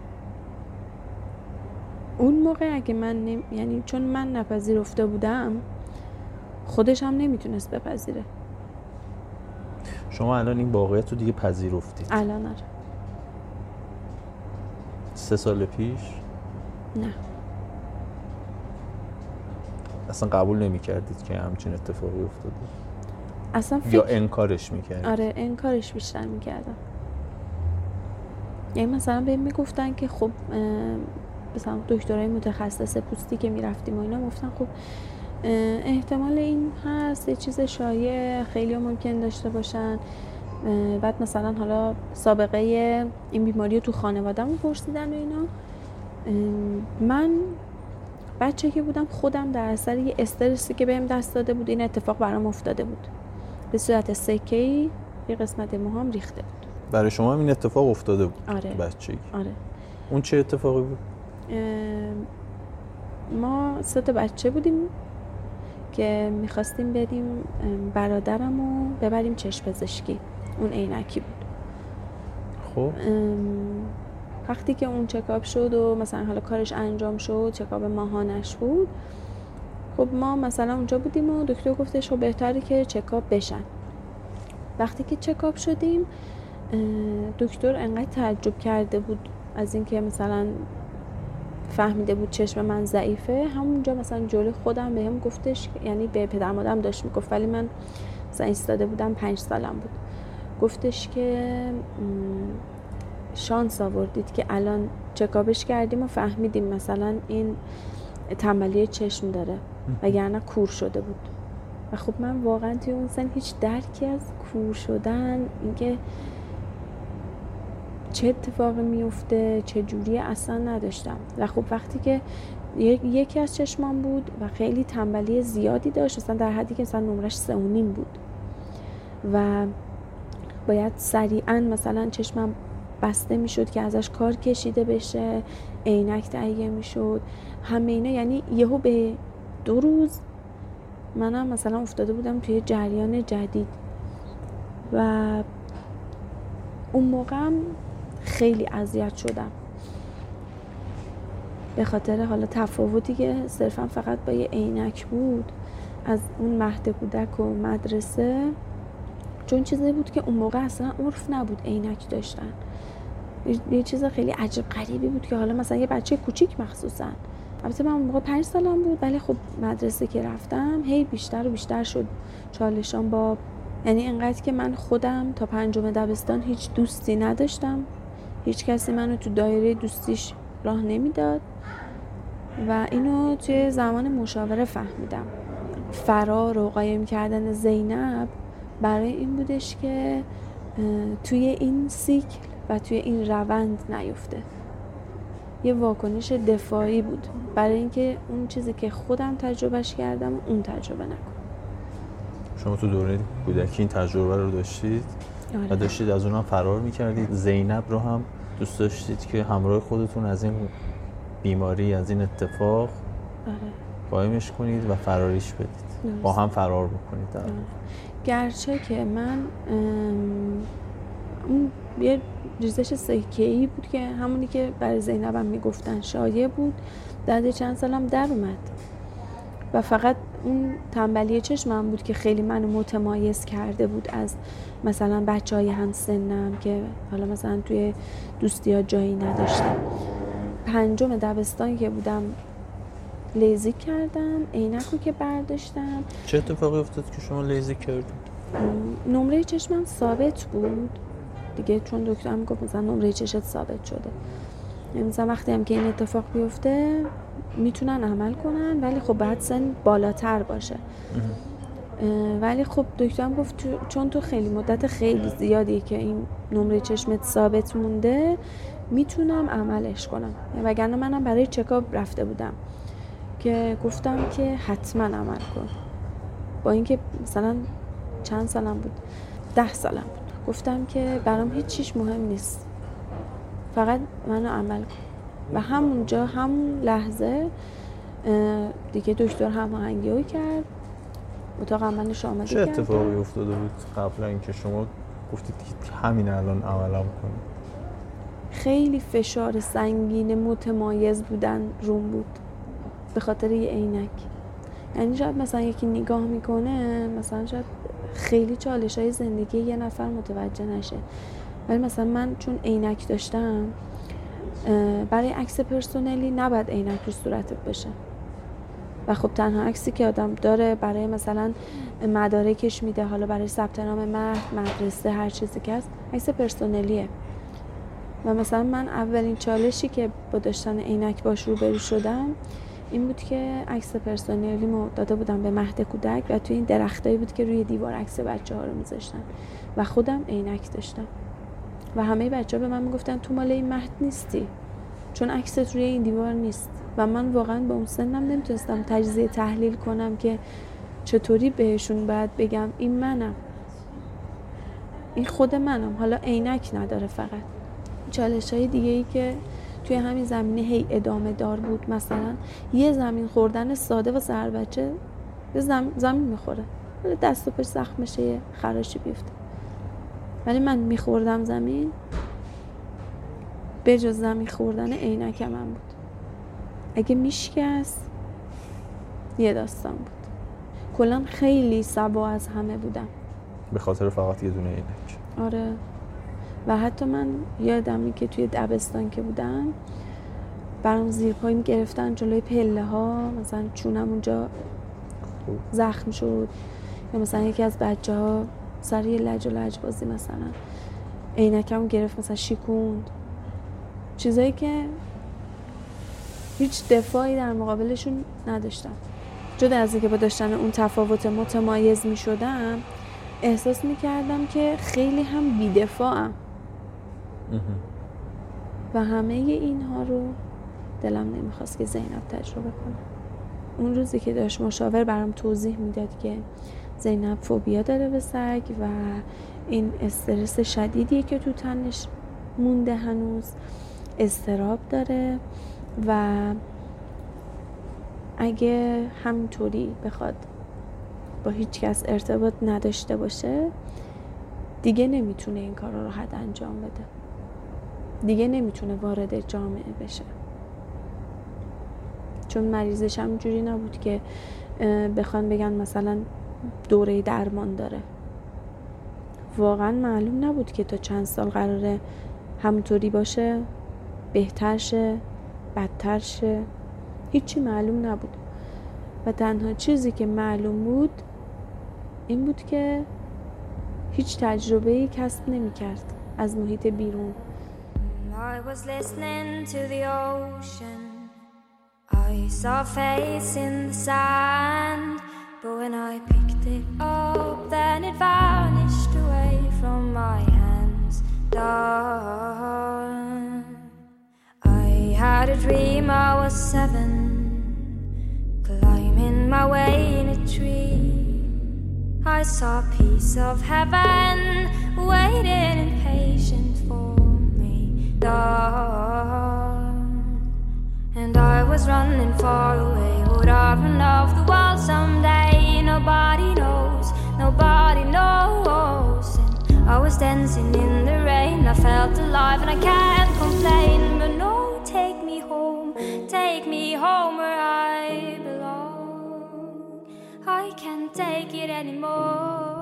اون موقع اگه من نم... یعنی چون من نپذیرفته بودم، خودش هم نمیتونست بپذیره. شما الان این واقعیت رو دیگه پذیرفتید؟ الان آره. سه سال پیش؟ نه. اصلا قبول نمی‌کردید که همچین اتفاقی افتاده؟ اصلا فکر... یا انکارش می‌کردید؟ آره انکارش بیشتر می‌کردم. یعنی مثلا بهم میگفتن که خب مثلا دکترای متخصص پوستی که میرفتیم و اینا گفتن خب احتمال این هست، یه چیز شایع خیلی ممکن داشته باشن. بعد مثلا حالا سابقه این بیماری رو تو خانواده‌مون پرسیدن و اینا. من بچه که بودم خودم در اثر یه استرسی که بهم دست داده بود این اتفاق برام افتاده بود. به صورت سکه‌ای یه قسمت موهام ریخته بود. برای شما هم این اتفاق افتاده بود؟ آره. بچگی. آره. اون چه اتفاقی بود؟ ما سه تا بچه بودیم که میخواستیم بریم برادرم رو ببریم چشم پزشکی. اون عینکی بود. خب وقتی که اون چکاپ شد و مثلا حالا کارش انجام شد، چکاپ ماهانش بود، خب ما مثلا اونجا بودیم و دکتر گفتش خب بهتره که چکاپ بشن. وقتی که چکاپ شدیم دکتر انقدر تعجب کرده بود از اینکه مثلا فهمیده بود چشم من ضعیفه، همونجا مثلا جلوی خودم بهم گفتش، یعنی به پدر مادرم داشت میگفت ولی من مثلا ایستاده بودم، پنج سالم بود، گفتش که شانس آوردید که الان چکاپش کردیم و فهمیدیم مثلا این تنبلی چشم داره وگرنه کور شده بود. و خب من واقعا توی اون سن هیچ درکی از کور شدن، اینکه چه اتفاقی میفته چه جوری اصلا نداشتم. و خب وقتی که یکی از چشمام بود و خیلی تنبلی زیادی داشت، مثلا در حدی که مثلا نمرش سه و نیم بود و باید سریعا مثلا چشمم بسته میشد که ازش کار کشیده بشه، عینک تهیه میشد، همه اینا. یعنی یهو به دو روز منم مثلا افتاده بودم توی جریان جدید و اون موقعم خیلی اذیت شدم به خاطر حالا تفاوتی که صرفا فقط با یه عینک بود از اون مهد کودک و مدرسه، چون چیزی بود که اون موقع اصلا عرف نبود عینک داشتن. یه چیز خیلی عجیب غریبی بود که حالا مثلا یه بچه کوچیک مخصوصا، البته من اون موقع پنج سالم بود ولی خب مدرسه که رفتم هی بیشتر و بیشتر شد چالشان با، یعنی انقدر که من خودم تا پنجم دبستان هیچ دوستی نداشتم، هیچ کسی منو تو دایره دوستیش راه نمیداد و اینو توی زمان مشاوره فهمیدم. فرار و قایم کردن زینب برای این بودش که توی این سیکل و توی این روند نیفته. یه واکنش دفاعی بود برای اینکه اون چیزی که خودم تجربهش کردم اون تجربه نکنم. شما تو دوره کودکی این تجربه رو داشتید؟ آره. و داشتید از اونم فرار میکردید. زینب رو هم دوست داشتید که همراه خودتون از این بیماری، از این اتفاق آره. قایمش کنید و فراریش بدید. درست. با هم فرار بکنید در آره. گرچه که من اون یه ریزش سکه‌ای بود که همونی که برای زینبم میگفتن شایع بود، بعد چند سالم در اومد و فقط اون تنبلی چشمم بود که خیلی منو متمایز کرده بود از مثلا بچهای همسنم که حالا مثلا توی دوستی‌ها جایی نداشتم. پنجم دبستان که بودم لیزیک کردم، عینکو که برداشتم. چه اتفاقی افتاد که شما لیزیک کردید؟ نمره چشمم ثابت بود دیگه، چون دکترم گفت مثلا نمره چشت ثابت شده، مثلا وقتی هم که این اتفاق بیفته میتونن عمل کنن ولی خب باید سن بالاتر باشه. ولی خب دکترم گفت تو چون تو خیلی مدت خیلی زیادی که این نمره چشمت ثابت مونده میتونم عملش کنم، وگرنه منم برای چکاپ رفته بودم که گفتم که حتما عمل کن. با اینکه مثلا چند سالم بود، ده سالم بود، گفتم که برام هیچ چیز مهم نیست، فقط منو عمل کن. و همونجا همون لحظه دیگه دکتر هماهنگی کرد، اتاق عملش آماده کرد. چه اتفاقی افتاده بود قبل اینکه شما گفتید که همین الان عملم کنید؟ خیلی فشار سنگین متمایز بودن روم بود به خاطر یه عینک. یعنی شاید مثلا یکی نگاه میکنه مثلا شاید خیلی چالش‌های زندگی یه نفر متوجه نشه، ولی مثلا من چون عینک داشتم برای عکس پرسونلی نباید عینک رو صورتت بشه، و خب تنها عکسی که آدم داره برای مثلا مدارکش میده، حالا برای ثبت نام مهد، مدرسه، هر چیزی که هست، عکس پرسنلیه. و مثلا من اولین چالشی که با داشتن عینک باش روبرو شدم این بود که عکس پرسنلیمو داده بودم به مهد کودک و توی این درختایی بود که روی دیوار عکس بچه‌ها رو میذاشتن و خودم عینک داشتم و همه بچه‌ها به من میگفتن تو مال این مهد نیستی چون عکست روی این دیوار نیست. و من واقعا به اون سنم نمیتونستم تجزیه تحلیل کنم که چطوری بهشون باید بگم این منم، این خود منم، حالا عینک نداره. فقط چالش‌های دیگه‌ای که توی همین زمینه هی ادامه دار بود، مثلا یه زمین خوردن ساده واسه هر بچه یه زم... زمین میخوره، حالا دست و پاش زخم بشه، یه خراشی بیفته، ولی من میخوردم زمین. به جز زمین خوردن عینکم من بود. اگه میشکست یه داستان بود. کلا خیلی سبا از همه بودم به خاطر فقط یه دونه عینک. آره. و حتی من یادمی که توی دبستان که بودم برام زیر پای میگرفتن جلوی پله ها، مثلا چونم اونجا زخم شد، یا مثلا یکی از بچه ها سر یه لج و لج بازی مثلا عینکمو گرفت مثلا شیکوند، چیزایی که هیچ دفاعی در مقابلشون نداشتم. جدا از اینکه با داشتن اون تفاوت متمایز می شدم، احساس می کردم که خیلی هم بی‌دفاعم و همه اینها رو دلم نمیخواست که زینب تجربه کنه. اون روزی که داشت مشاور برام توضیح میداد که زینب فوبیا داره به سگ و این استرس شدیدیه که تو تنش مونده، هنوز اضطراب داره و اگه همینطوری بخواد با هیچ کس ارتباط نداشته باشه دیگه نمیتونه این کار رو راحت انجام بده، دیگه نمیتونه وارد جامعه بشه، چون مریضش هم جوری نبود که بخوان بگن مثلا دوره درمان داره. واقعا معلوم نبود که تا چند سال قراره همونطوری باشه، بهتر شه، بدتر شه، هیچی معلوم نبود. و تنها چیزی که معلوم بود این بود که هیچ تجربه‌ای کسب نمی‌کرد از محیط بیرون. I was listening to the ocean. I saw a face in the sand. But when I picked it up, then it vanished away from my hands. Done. I had a dream I was seven, climbing my way in a tree. I saw a piece of heaven waiting impatient for me. Done. And I was running far away, would I run off the wall someday? Nobody knows, nobody knows. And I was dancing in the rain, I felt alive and I can't complain. But no, take me home, take me home where I belong. I can't take it anymore.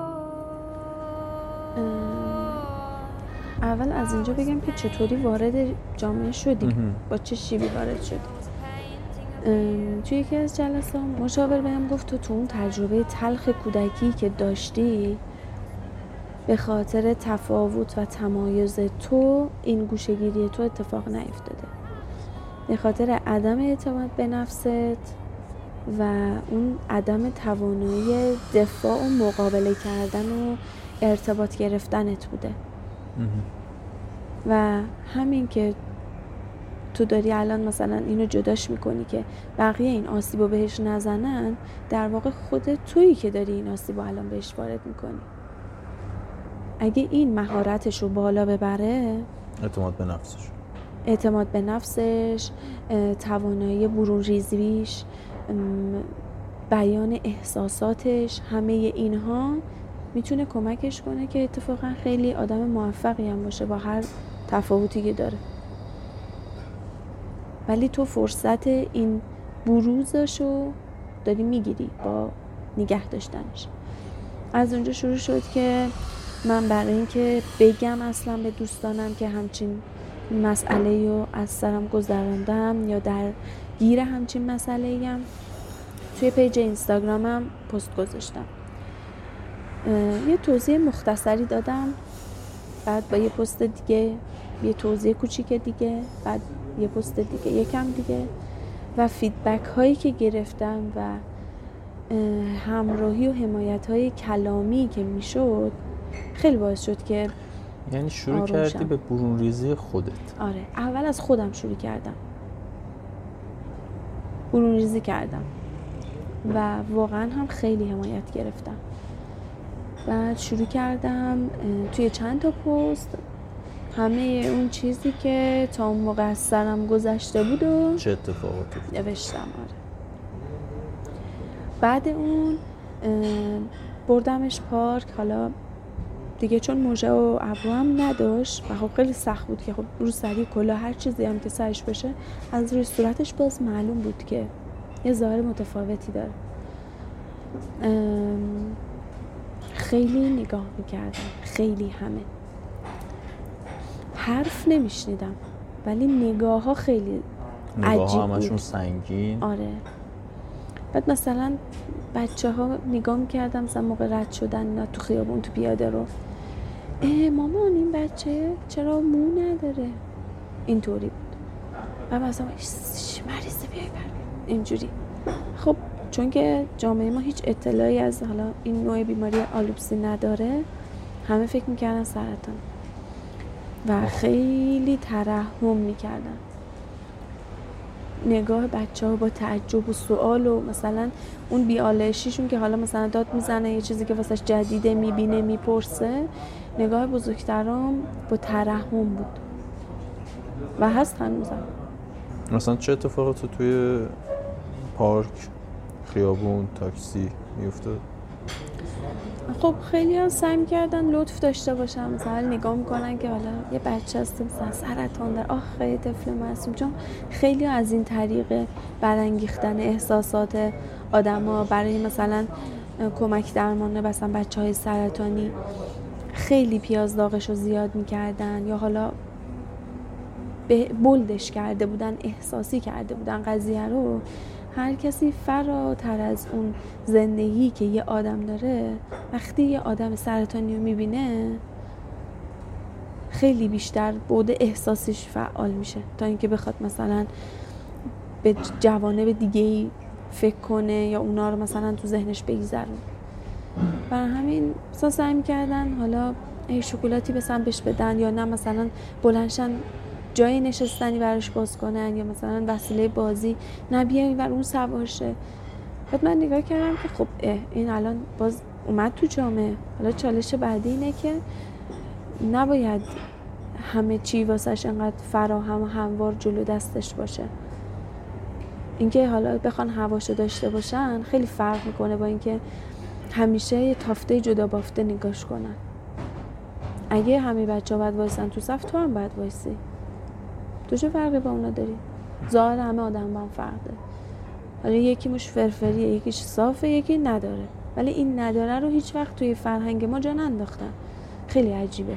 اول از اینجا بگم که چطوری وارد جامعه شدیم، با چه شیبی وارد شدیم. توی یکی از جلسات مشاور بهم گفت تو تو اون تجربه تلخ کودکی که داشتی به خاطر تفاوت و تمایز تو این گوشه‌گیری تو اتفاق نیفتاده، به خاطر عدم اعتماد به نفست و اون عدم توانایی دفاع و مقابله کردن و ارتباط گرفتنت بوده. و همین که تو داری الان مثلا اینو جداش میکنی که بقیه این آسیبو بهش نزنن، در واقع خودت تویی که داری این آسیبو الان بهش وارد میکنی. اگه این مهارتش رو بالا ببره، اعتماد به نفسش اعتماد به نفسش، توانایی برون ریزیش، بیان احساساتش، همه اینها میتونه کمکش کنه که اتفاقا خیلی آدم موفقی هم باشه با هر تفاوتی که داره. ولی تو فرصت این بروزشو داری میگیری با نگه داشتنش. از اونجا شروع شد که من برای اینکه بگم اصلا به دوستانم که همچین مسئله رو از سرم گذراندم یا در گیر همچین مسئله ایم، توی پیج اینستاگرامم پست گذاشتم، یه توضیح مختصری دادم، بعد با یه پست دیگه یه توضیح کوچیک دیگه، بعد یه پست دیگه یکم دیگه و فیدبک هایی که گرفتم و همراهی و حمایت های کلامی که میشد خیلی باعث شد که یعنی شروع کردی به برون ریزی خودت. آره، اول از خودم شروع کردم، برون ریزی کردم و واقعا هم خیلی حمایت گرفتم. بعد شروع کردم توی چند تا پست همه اون چیزی که تا اون موقع از سرم گذشته بود و چه اتفاقاتی نوشتم. آره. بعد اون بردمش پارک، حالا دیگه چون موجه و ابرو هم نداشت و خب خیلی سخت بود که خب رو سری کلا هر چیزی هم که سرش بشه از روی صورتش باز معلوم بود که یه ظاهر متفاوتی داره. خیلی نگاه میکردم، خیلی همه حرف نمیشنیدم ولی نگاه ها خیلی عجیب بود، نگاه ها همشون سنگین. آره. بعد مثلا بچه ها نگاه میکردم مثلا موقع رد شدن نه تو خیابون تو پیاده رو، اه مامان این بچه چرا مو نداره، اینطوری بود. و مثلا مریضه بیای بر اینجوری. خب چون که جامعه ما هیچ اطلاعی از حالا این نوع بیماری آلوپسی نداره، همه فکر میکردن سرطان و خیلی ترحم میکردن. نگاه بچه ها با تعجب و سوال و مثلا اون بی‌آلایشیشون که حالا مثلا داد میزنه یه چیزی که واسش جدیده میبینه میپرسه، نگاه بزرگترام با ترحم بود و هست هنوزم. مثلا چه اتفاقاتی توی پارک، خیابون، تاکسی میافتاد؟ خب خیلی ها سعی می‌کردن لطف داشته باشن، مثلا نگاه میکنن که حالا یه بچه هست مثلا سرطان داره، آخه طفل معصوم، چون خیلی ها از این طریق برانگیختن احساسات آدما برای مثلا کمک درمان مثلا بچهای سرطانی خیلی پیاز داغش رو زیاد میکردن یا حالا به بولدش کرده بودن، احساسی کرده بودن قضیه رو. هر کسی فراتر از اون زندگی که یه آدم داره، وقتی یه آدم سرطانی رو میبینه خیلی بیشتر بعد احساسیش فعال میشه تا اینکه بخواد مثلا به جوانب دیگه‌ای فکر کنه یا اونا رو مثلا تو ذهنش بگذرونه. برای همین مثلا سعی میکردن حالا ای شکلاتی بسن بهش بدن یا نه مثلا بلندشن جای نشستنی براش باز کنن یا مثلا وسیله بازی نه بیاین و اون سوار شه. بعد من نگاه کردم که خب این الان باز اومد تو جامعه، حالا چالش بعدی اینه که نباید همه چی واسش انقدر فراهم و هموار جلو دستش باشه. اینکه حالا بخوان هواشو داشته باشن خیلی فرق میکنه با اینکه همیشه یه تافته جدا بافته نگاش کنن. اگه همه بچه‌ها باید وایسن تو صف، تو هم باید وایسی. تو چه فرقی با اونا داری؟ ظاهر همه آدم با هم فرق داره. حالا یکی موش فرفریه، یکیش صافه، یکی نداره. ولی این نداره رو هیچ وقت توی فرهنگ ما جا ننداختن. خیلی عجیبه.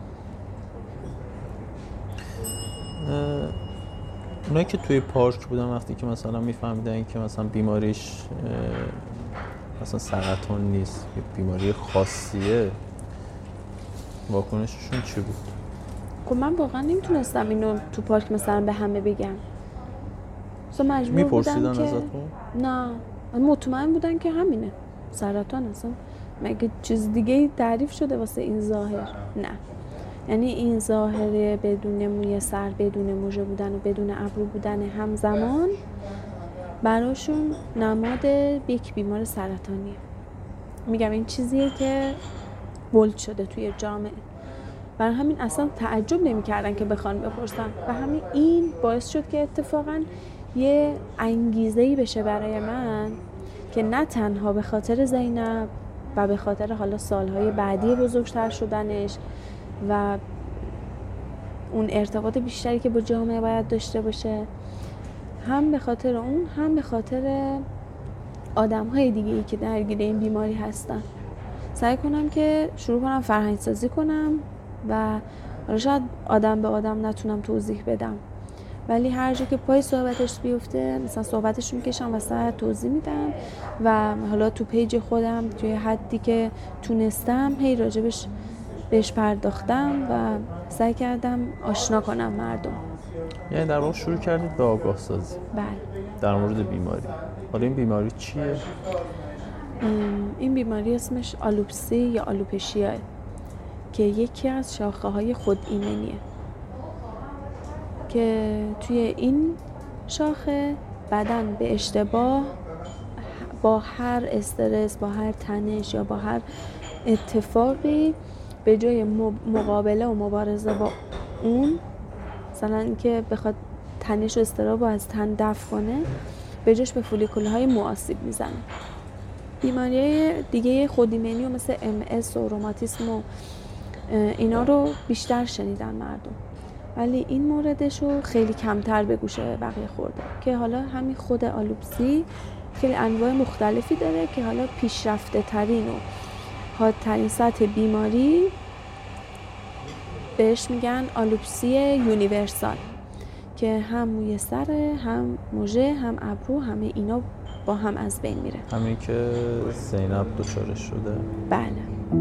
اونایی که توی پارک بودن وقتی که مثلا میفهمیدن که مثلا بیماریش مثلا سرطان نیست، یه بیماری خاصیه، واکنششون چی بود؟ خب من واقعا نمیتونستم اینو تو پارک مثلا به همه بگم. مثلا مجبور بودم که ازتون؟ نه، مطمئن بودن که همینه، سرطان. اصلا مگه چیز دیگه تعریف شده واسه این ظاهر؟ نه. یعنی این ظاهر بدون موی سر، بدون موژه بودن و بدون ابرو بودن همزمان براشون نماد یک بیمار سرطانیه. میگم این چیزیه که بولد شده توی جامعه. برای همین اصلا تعجب نمی‌کردن که بخوان بپرسن و همین این باعث شد که اتفاقاً یه انگیزه‌ای بشه برای من که نه تنها به خاطر زینب و به خاطر حالا سالهای بعدی بزرگتر شدنش و اون ارتباط بیشتری که با جامعه باید داشته باشه، هم به خاطر اون هم به خاطر آدم‌های دیگه‌ای که درگیر این بیماری هستن سعی کنم که شروع کنم فرهنگ‌سازی کنم و حالا شاید آدم به آدم نتونم توضیح بدم، ولی هر جا که پای صحبتش بیفته مثلا صحبتش رو میکشم وسط توضیح میدم و حالا تو پیج خودم توی حدی که تونستم هی راجبش بهش پرداختم و سعی کردم آشنا کنم مردم. یعنی در واقع شروع کردید به آگاه سازی. بله. در مورد بیماری. حالا این بیماری چیه؟ این بیماری اسمش آلوپسی یا آلوپشیاه که یکی از شاخه های خود ایمنیه که توی این شاخه بدن به اشتباه با هر استرس، با هر تنش یا با هر اتفاقی به جای مقابله و مبارزه با اون، مثلا اینکه بخواد تنش و اضطراب رو از تن دفع کنه، به جاش به فولیکول‌های مو آسیب میزنه. بیماری‌های دیگه خودایمنی و مثل ام اس و روماتیسم و اینا رو بیشتر شنیدن مردم، ولی این موردش رو خیلی کمتر به گوش بقیه خورده که حالا همین خود آلوپسی خیلی انواع مختلفی داره که حالا پیشرفته ترین و حادترین سطح بیماری بهش میگن آلوپسی یونیورسال که هم موی سره، هم موژه، هم ابرو، همه اینا با هم از بین میره. همین که زینب دچارش شده. بله.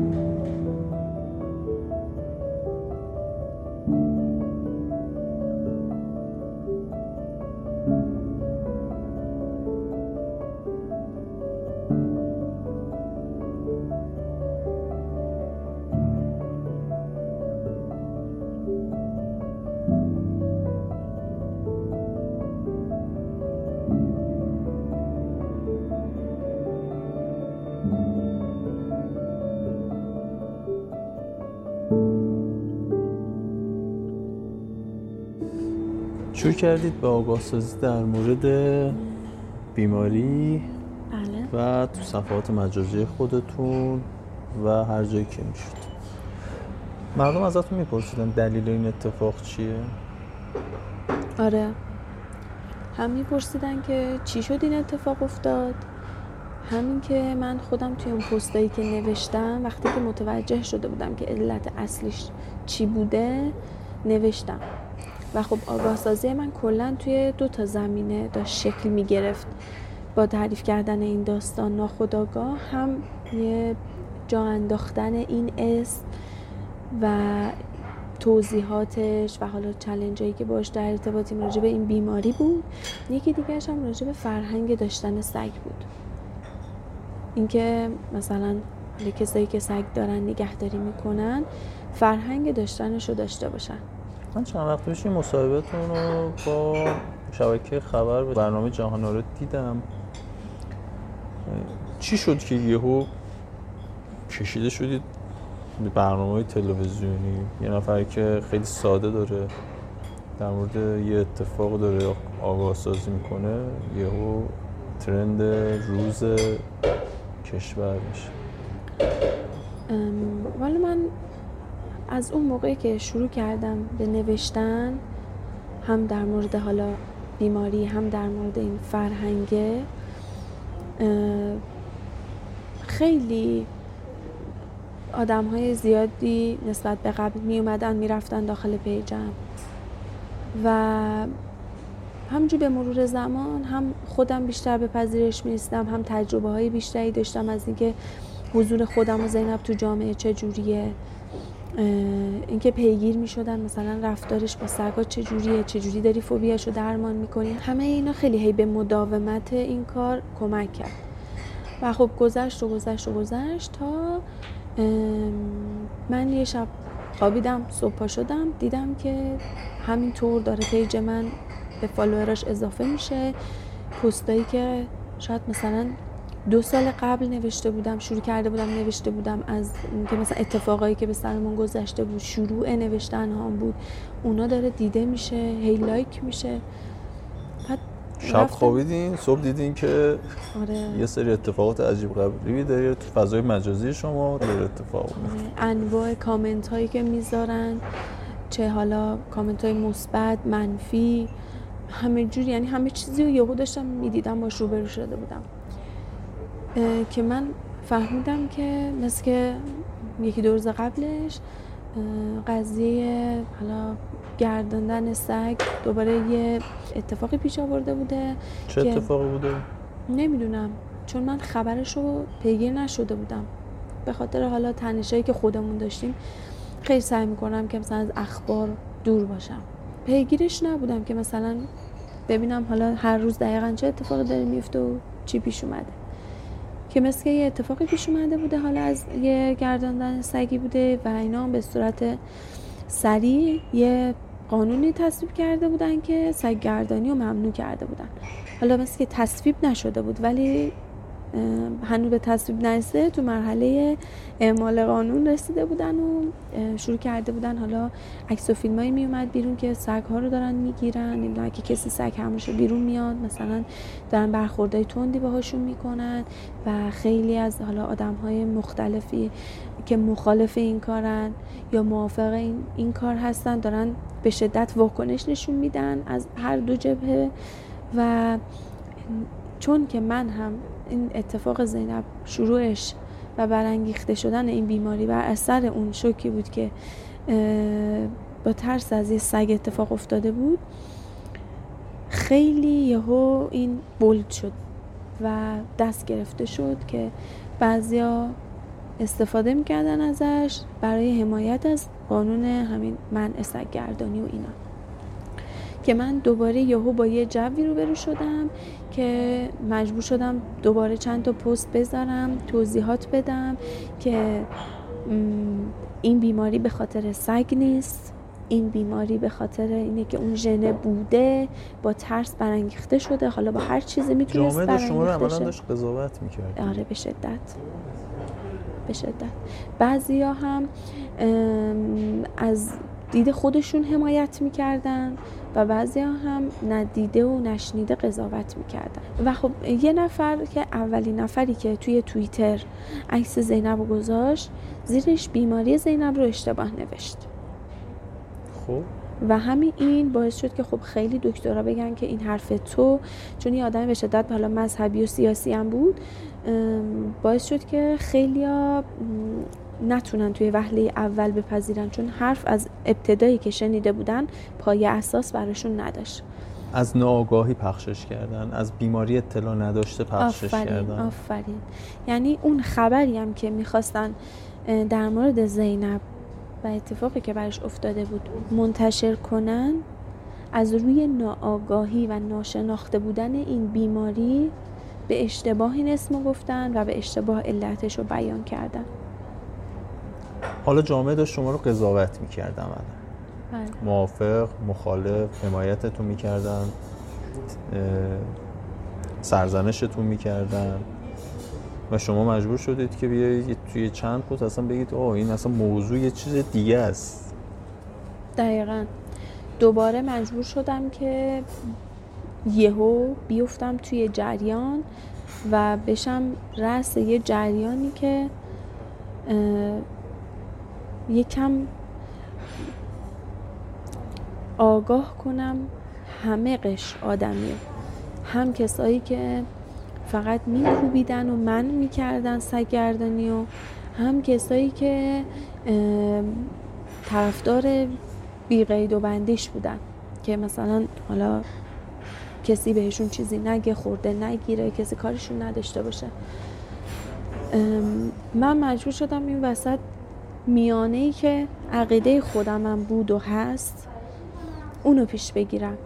شروع کردید به آگاه سازی در مورد بیماری. بله. و تو صفحات مجازی خودتون و هر جایی که میشد مردم ازتون میپرسیدن دلیل این اتفاق چیه؟ آره، هم میپرسیدن که چی شد این اتفاق افتاد، همین که من خودم توی اون پستایی که نوشتم وقتی که متوجه شده بودم که علت اصلیش چی بوده نوشتم و خب آگاه سازی من کلا توی دو تا زمینه داشت شکل میگرفت. با تعریف کردن این داستان ناخودآگاه هم یه جا انداختن این اسم و توضیحاتش و حالا چالنجایی که باش در ارتباطیم راجع به این بیماری بود. یکی دیگه‌اش هم راجع به فرهنگ داشتن سگ بود. اینکه مثلا کسایی که سگ دارن نگهداری میکنن فرهنگ داشتنشو داشته باشن. من چند وقت پیش این مصاحبهتون رو با شبکه خبر به برنامه جهان آرا دیدم. چی شد که یهو کشیده شدید به برنامه‌های تلویزیونی؟ یه نفر که خیلی ساده داره در مورد یه اتفاق داره آگاه سازی میکنه یهو ترند روز کشور میشه. ولی من از اون موقعی که شروع کردم به نوشتن هم در مورد حالا بیماری هم در مورد این فرهنگه، خیلی آدم‌های زیادی نسبت به قبل می اومدن می رفتن داخل پیجم و همونجور به مرور زمان هم خودم بیشتر به پذیرش می رسیدم، هم تجربه های بیشتری داشتم از اینکه حضور خودم و زینب تو جامعه چجوریه، اینکه پیگیر می شدن مثلا رفتارش با سگا چجوریه، چجوری داری فوبیاشو درمان میکنی. همه اینا خیلی هی به مداومت این کار کمک کرد و خب گذشت و گذشت و گذشت تا من یه شب خوابیدم، صبح پا شدم دیدم که همینطور داره پیج من به فالووراش اضافه میشه. پستایی که شاید مثلا دو سال قبل نوشته بودم، شروع کرده بودم نوشته بودم از که مثلا اتفاقایی که به سرمون گذشته بود، شروع نوشتن هام بود، اونا داره دیده میشه، هی لایک میشه. بعد شب خوابیدین، صبح دیدین که آره. یه سری اتفاقات عجیب غریبی داره تو فضای مجازی شما داره اتفاق میفته. انواع کامنت هایی که میذارن، چه حالا کامنت های مثبت، منفی، همه جور، یعنی همه چیزی رو یهو داشتم میدیدم، باش روبرو شده بودم که من فهمیدم که مثل که یکی دو روز قبلش قضیه حالا گرداندن سگ دوباره یه اتفاقی پیش آورده بوده. چه اتفاقی بوده؟ نمیدونم، چون من خبرش رو پیگیر نشده بودم. به خاطر حالا تنشایی که خودمون داشتیم خیلی سعی میکنم که مثلا از اخبار دور باشم. پیگیرش نبودم که مثلا ببینم حالا هر روز دقیقاً چه اتفاقی داره میفته و چی پیش اومده. که مثل که یه اتفاقی پیش اومده بوده، حالا از یه گرداندن سگی بوده و اینا به صورت سریع یه قانونی تصویب کرده بودن که سگ گردانی رو ممنوع کرده بودن. حالا مثل که تصویب نشده بود ولی هنوز به تصویب نرسیده تو مرحله اعمال قانون رسیده بودن و شروع کرده بودن. حالا عکس و فیلمایی می اومد بیرون که سگ ها رو دارن میگیرن، نمیدونم که کسی سگ همراهش بیرون میاد مثلا دارن برخوردای تندی باهاشون میکنن و خیلی از حالا آدم های مختلفی که مخالف این کارن یا موافق این, این کار هستن دارن به شدت واکنش نشون میدن از هر دو جبهه. و چون که من هم این اتفاق زینب شروعش و برانگیخته شدن این بیماری بر اثر اون شوکی بود که با ترس از یه سگ اتفاق افتاده بود، خیلی یهو این بولد شد و دست گرفته شد که بعضیا استفاده میکردن ازش برای حمایت از قانون همین منع سگ گردانی و اینا. که من دوباره یهو با یه جوی روبرو شدم که مجبور شدم دوباره چند تا پست بذارم، توضیحات بدم که این بیماری به خاطر سگ نیست، این بیماری به خاطر اینه که اون ژن بوده با ترس برانگیخته شده، حالا با هر چیزی میتونست برانگیخته شه. جامعه شما رو عملا داشت قضاوت میکرد. آره به شدت به شدت. بعضیا هم از دید خودشون حمایت میکردن و بعضی هم ندیده و نشنیده قضاوت میکردن. و خب یه نفر که اولین نفری که توی توییتر عکس زینب رو گذاشت زیرش بیماری زینب رو اشتباه نوشت. خب و همین این باعث شد که خب خیلی دکترها بگن که این حرف تو، چون یه آدم به شدت حالا مذهبی و سیاسی هم بود، باعث شد که خیلیا نتونن توی وهله اول بپذیرن، چون حرف از ابتدایی که شنیده بودن پایه اساس براشون نداشت. از ناآگاهی پخشش کردن، از بیماری اطلاع نداشته پخشش آفرین، کردن. آفرین. یعنی اون خبری هم که میخواستن در مورد زینب و اتفاقی که برش افتاده بود منتشر کنن، از روی ناآگاهی و ناشناخته بودن این بیماری به اشتباه این اسمو گفتن و به اشتباه علتش رو بیان کردن. حالا جامعه داشت شما رو قضاوت می‌کردن، بله. موافق، مخالف، حمایتتون می‌کردن، سرزنشتون می‌کردن و شما مجبور شدید که بیایید توی چند پست اصلا بگید آه این اصلا موضوع یه چیز دیگه است. دقیقاً. دوباره مجبور شدم که یهو بیفتم توی جریان و بشم رأس یه جریانی که یکم آگاه کنم همه قشر آدمی، هم کسایی که فقط میکوبیدن و من میکردن سرگردانی و هم کسایی که طرفدار بی‌قید و بندیش بودن که مثلا حالا کسی بهشون چیزی نگه، خورده نگیره، کسی کارشون نداشته باشه. من مجبور شدم این وسط میانه‌ای که عقیده خودمم بود و هست اونو پیش بگیرم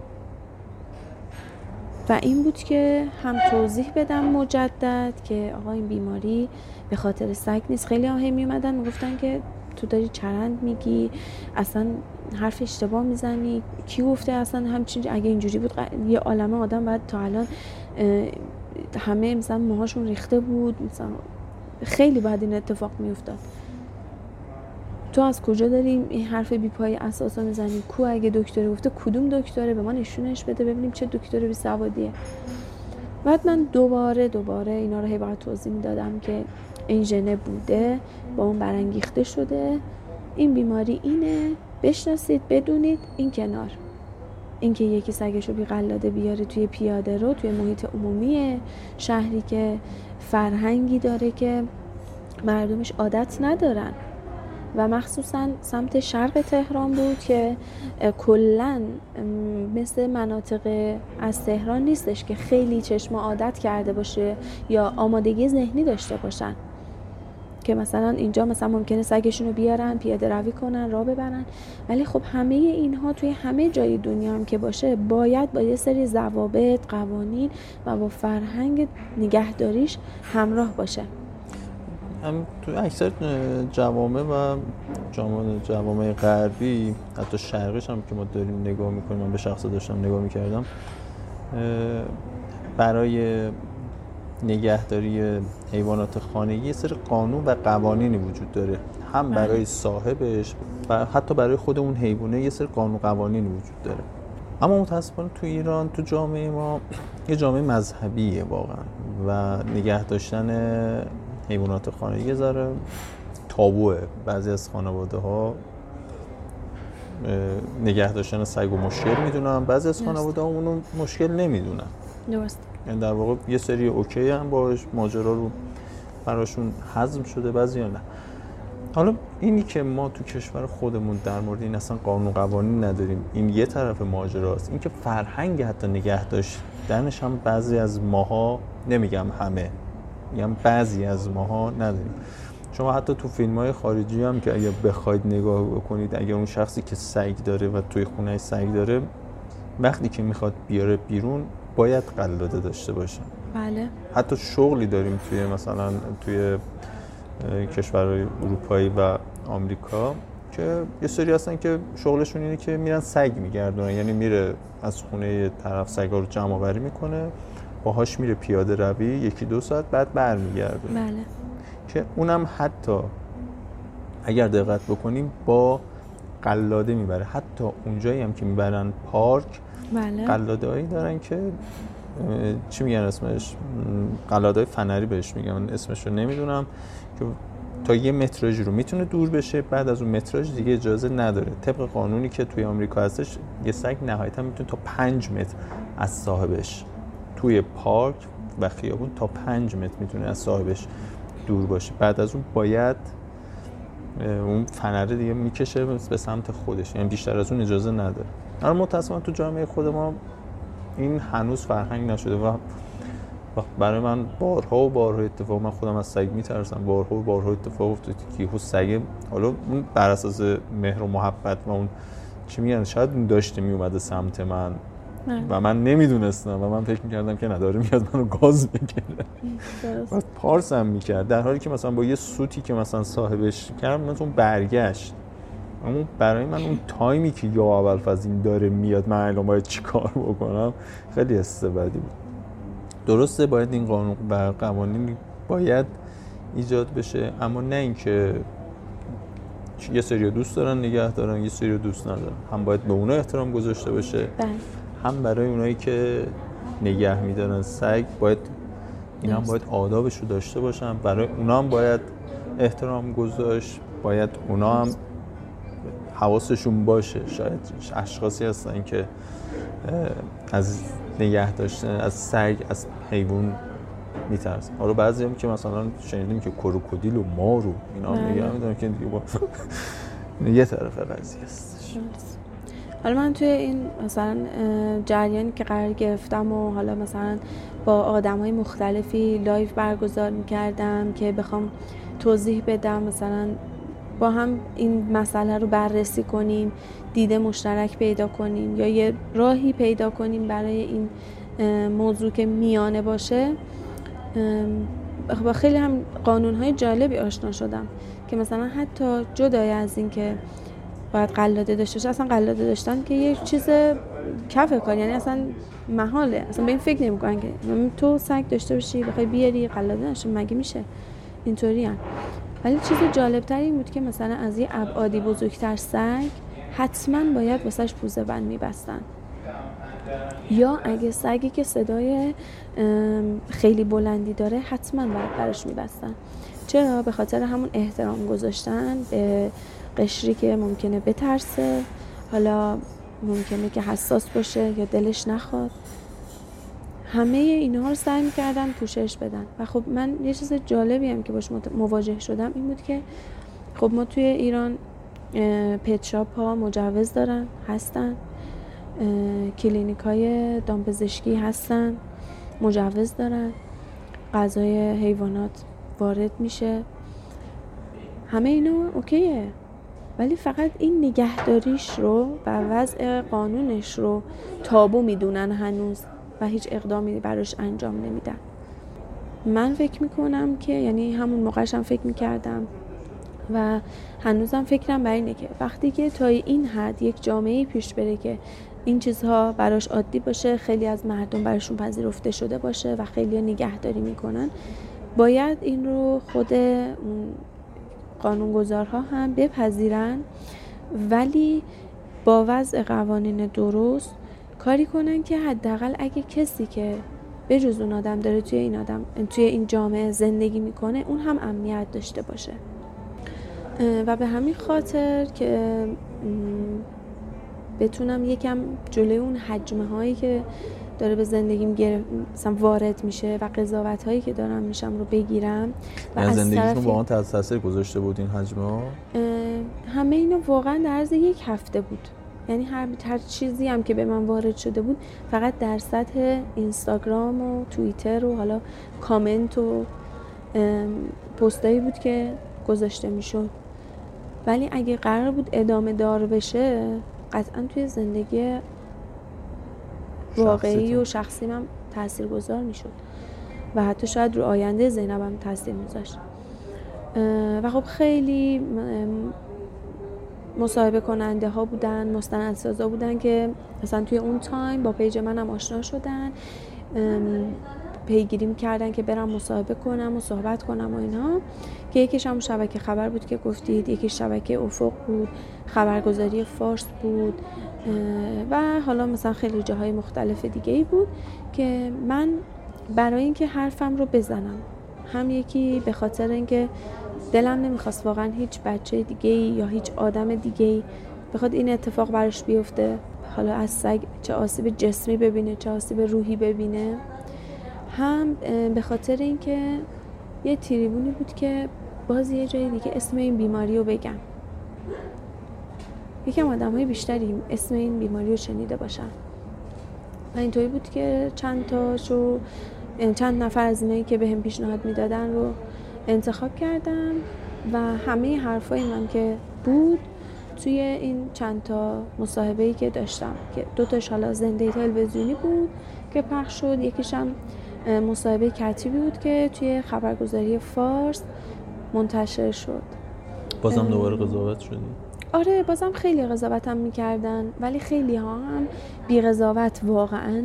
و این بود که هم توضیح بدم مجدد که آقا این بیماری به خاطر سگ نیست. خیلی ها می اومدن میگفتن که تو داری چرند میگی، اصلا حرف اشتباه میزنی، کی گفته اصلا همچین؟ اگه اینجوری بود یه عالمه آدم بعد تا الان همه مثلا موهاشون ریخته بود، مثلا خیلی بعد این اتفاق میافتاد. تو از کجا داریم این حرف بی پای اساسا میزنی؟ کو اگه دکتره گفته کدوم دکتره؟ به ما نشونش بده ببینیم چه دکتره بی سوادیه. بعد من دوباره دوباره اینا رو هی باید توضیح میدادم که این ژن بوده، با اون برانگیخته شده، این بیماری اینه، بشناسید، بدونید، این کنار. این که یکی سگشو بی قلاده بیاره توی پیاده رو، توی محیط عمومی شهری که فرهنگی داره که مردمش عادت ندارن و مخصوصا سمت شرق تهران بود که کلاً مثل مناطق از تهران نیستش که خیلی چشم عادت کرده باشه یا آمادگی ذهنی داشته باشن که مثلا اینجا مثلا ممکنه سگشون رو بیارن پیاده روی کنن راه ببرن، ولی خب همه اینها توی همه جای دنیا هم که باشه باید با یه سری ضوابط، قوانین و با فرهنگ نگهداریش همراه باشه. هم تو اکثر جوامع و جامعه جوامع غربی، حتی شرقیش هم که ما داریم نگاه میکنیم، من به شخصه داشتم نگاه میکردم، برای نگهداری حیوانات خانگی یه سری قانون و قوانینی وجود داره، هم برای صاحبش و حتی برای خود اون حیوانه یه سری قانون قوانینی وجود داره. اما متاسفانه تو ایران، تو جامعه ما یه جامعه مذهبیه واقعا و نگه داشتن حیوانات خانگی یه ذره تابوه. بعضی از خانواده ها نگه داشتن سگ و مشکل میدونن، بعضی از خانواده ها اونو مشکل نمیدونن. درست. یعنی در واقع یه سری اوکی هم باش، ماجرا رو براشون هضم شده، بعضی ها نه. حالا اینی که ما تو کشور خودمون در مورد این اصلا قانون قوانین نداریم، این یه طرف ماجراست. این که فرهنگ حتی نگه داشتنش هم بعضی از ماها، نمیگم همه، میگم بعضی از ماها نداریم. شما حتی تو فیلم‌های خارجی هم که اگه بخواید نگاه بکنید، اگه اون شخصی که سگ داره و توی خونه‌اش سگ داره، وقتی که میخواد بیاره بیرون باید قلاده داشته باشه. بله. حتی شغلی داریم توی مثلا توی کشورهای اروپایی و آمریکا که یه سری هستن که شغلشون اینه که میرن سگ میگردونن، یعنی میره از خونه طرف سگا رو جمع آوری میکنه، باهاش میره پیاده روی یکی دو ساعت، بعد برمیگردونه. بله. که اونم حتی اگر دقت بکنیم با قلاده میبره. حتی اونجایی هم که میبرن پارک، بله. قلاده هایی دارن که چی میگن اسمش، قلاده های فنری بهش میگن، من اسمش رو نمیدونم، که تا یه متراژ رو میتونه دور بشه، بعد از اون متراژ دیگه اجازه نداره. طبق قانونی که توی آمریکا هستش، یه سگ نهایتا میتونه تا پنج متر از صاحبش توی پارک و خیابون تا پنج متر میتونه از صاحبش دور باشه. بعد از اون باید اون فنره دیگه میکشه به سمت خودش، یعنی بیشتر از اون اجازه نداره. اما متأسفانه تو جامعه خود ما این هنوز فرهنگ نشده و برای من بارها و بارها اتفاق، من خودم از سگ میترسم، بارها و بارها اتفاق افتاد که یهو سگ، حالا اون بر اساس مهر و محبت و اون چی میگن، شاید اون داشته میومده سمت من نه. و من نمیدونستم و من فکر میکردم که نداره میاد منو گاز بگیره و پارسم میکرد، در حالی که مثلا با یه سوتی که مثلا صاحبش کرد من اون برگشت. اما برای من اون تایمی که یا ابوالفضل داره میاد، من الان باید چی کار بکنم، خیلی استبدی بود. درسته باید این قانون و قوانین باید ایجاد بشه، اما نه اینکه یه سری دوست دارن نگه دارن، یه سری دوست ندارن. هم باید به اونها احترام گذاشته بشه، هم برای اونایی که نگه میدارن سگ باید اینا هم باید آدابش رو داشته باشن، برای اونا هم باید احترام گذاشت، باید اونا هم حواسشون باشه. شاید اشخاصی هستن که از نگه داشتن از سگ، از حیوان میترسن. حالا بعضی هم که مثلا شنیدیم که کروکودیل و مار و اینا هم نگه میدونن که دیگه با یه طرف قضیه هستش. حالا من توی این مثلا جریانی که قرار گرفتم و حالا مثلا با آدمای مختلفی لایو برگزار میکردم که بخوام توضیح بدم، مثلا با هم این مسئله رو بررسی کنیم، دیده مشترک پیدا کنیم یا یه راهی پیدا کنیم برای این موضوع که میانه باشه، با خیلی هم قانون‌های جالبی آشنا شدم که مثلا حتی جدای از این که باید قلاده داشته باشه، اصلا قلاده داشتن که یه چیز کف کار، یعنی اصلا محاله، اصلا به این فکر نمی‌کنن که تو سگ داشته باشی بخوای بیاری قلاده نشه، مگه میشه اینطوری هم. ولی چیز جالب‌تر این بود که مثلا از یه ابعادی بزرگتر سگ حتما باید واسش پوزه بند می‌بستن، یا اگه سگی که صدای خیلی بلندی داره حتما باید براش می‌بستن. چرا؟ به خاطر همون احترام گذاشتن به قشری که ممکنه بترسه، حالا ممکنه که حساس باشه یا دلش نخواد. همه اینها رو سعی می‌کردن پوشش بدن و خب من یه چیز جالبی هم که باش مواجه شدم این بود که خب ما توی ایران پت شاپ ها مجوز دارن هستن، کلینیک های دامپزشکی هستن مجوز دارن، غذای حیوانات وارد میشه، همه اینا اوکیه، ولی فقط این نگهداریش رو و وضع قانونش رو تابو میدونن هنوز و هیچ اقدامی براش انجام نمیدن. من فکر میکنم که یعنی همون موقعش هم فکر میکردم و هنوزم فکرم بر اینه که وقتی که تا این حد یک جامعه پیش بره که این چیزها براش عادی باشه، خیلی از مردم براشون پذیرفته شده باشه و خیلی نگهداری میکنن، باید این رو خود قانونگذارها هم بپذیرن، ولی با وضع قوانین درست کاری کنن که حداقل اگه کسی که به جز اون آدم داره توی این آدم توی این جامعه زندگی میکنه اون هم امنیت داشته باشه. و به همین خاطر که بتونم یکم جلوی اون حجمه هایی که داره به زندگیم گرفت مثلا وارد میشه و قضاوت هایی که دارم میشم رو بگیرم و از زندگیتون طرفی... واقعا تحت تاثیر گذاشته بود این حجمه ها؟ همه اینا واقعا در عرض یک هفته بود، یعنی هر هر چیزی هم که به من وارد شده بود فقط در سطح اینستاگرام و توییتر و حالا کامنت و پستایی بود که گذاشته میشد، ولی اگه قرار بود ادامه دار بشه قطعا توی زندگی واقعی و شخصی من تأثیر گذار میشد و حتی شاید رو آینده زینبم تأثیر میذاشت. و خب خیلی مصاحبه کننده ها بودن، مستندسازا بودن که مثلا توی اون تایم با پیج منم آشنا شدن، پیگیری می‌کردن که برم مصاحبه کنم و صحبت کنم و اینا، که یکیش هم شبکه خبر بود که گفتید، یکیش شبکه افق بود، خبرگزاری فارس بود و حالا مثلا خیلی جاهای مختلف دیگه‌ای بود که من برای اینکه حرفم رو بزنم، هم یکی به خاطر اینکه دلم نمیخواست واقعا هیچ بچه دیگه‌ای یا هیچ آدم دیگه‌ای بخواد این اتفاق براش بیفته، حالا از سگ چه آسیب جسمی ببینه چه آسیب روحی ببینه، هم به خاطر اینکه یه تریبونی بود که باز یه جای دیگه اسم این بیماری رو بگم، یکم آدم‌های بیشتری اسم این بیماری رو شنیده باشن و اینطوری بود که چند تاشو چند نفر از اینایی که بهم پیشنهاد میدادن رو انتخاب کردم و همه حرفای من که بود توی این چند تا مصاحبه‌ای که داشتم که دو تاش حالا زنده تلویزیونی بود که پخش شد، یکیش هم مصاحبه کتیبی بود که توی خبرگزاری فارس منتشر شد. بازم دوباره قضاوت شدی؟ آره بازم خیلی قضاوتم میکردن، ولی خیلی ها هم بی قضاوت واقعا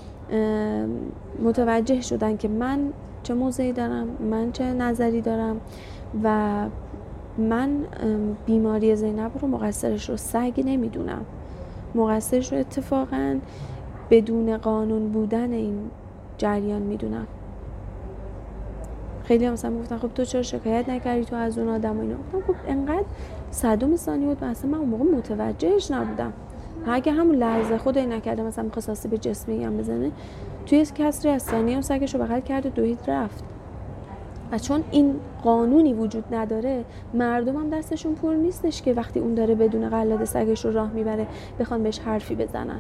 متوجه شدن که من چه موضعی دارم، من چه نظری دارم و من بیماری زینب رو مقصرش رو سگ نمیدونم، مقصرش رو اتفاقا بدون قانون بودن این جریان میدونم. خیلی هم مثلا گفتن خب تو چرا شکایت نکردی تو از اون آدم و اینا؟ خب انقدر صدوم ثانیه بود مثلا من اون موقع متوجهش نبودم، اگه همون لحظه خدای نکرده مثلا می‌خواست آسیب جسمی هم بزنه توی کسری از ثانیه اون سگش رو بغل کرد و دوید رفت. و چون این قانونی وجود نداره مردم هم دستشون پر نیستش که وقتی اون داره بدون قلاده سگش رو راه میبره بخوان بهش حرفی بزنن،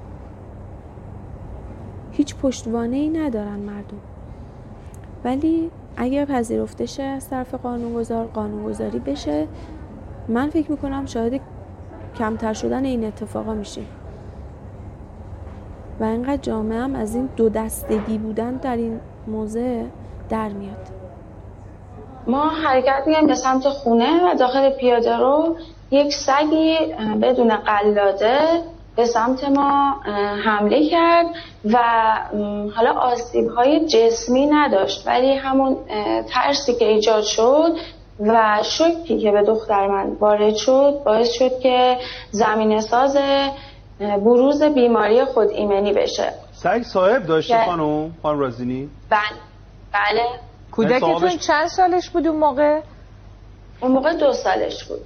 هیچ پشتوانه‌ای ندارن مردم. ولی اگر پذیرفته شه از طرف قانونگذار، قانونگذاری بشه، من فکر میکنم شاید کمتر شدن این اتفاقا میشه و اینقدر جامعه هم از این دو دستگی بودن در این موضوع در میاد. ما حرکت می‌کردیم به سمت خونه و داخل پیاده رو یک سگی بدون قلاده به سمت ما حمله کرد و حالا آسیب‌های جسمی نداشت، ولی همون ترسی که ایجاد شد و شوکی که به دختر من وارد شد باعث شد که زمینه‌ساز بروز بیماری خود ایمنی بشه. سگ صاحب داشته خانم خانم رازینی؟ بله بله. کودکتون چند سالش بود اون موقع؟ اون موقع دو سالش بود.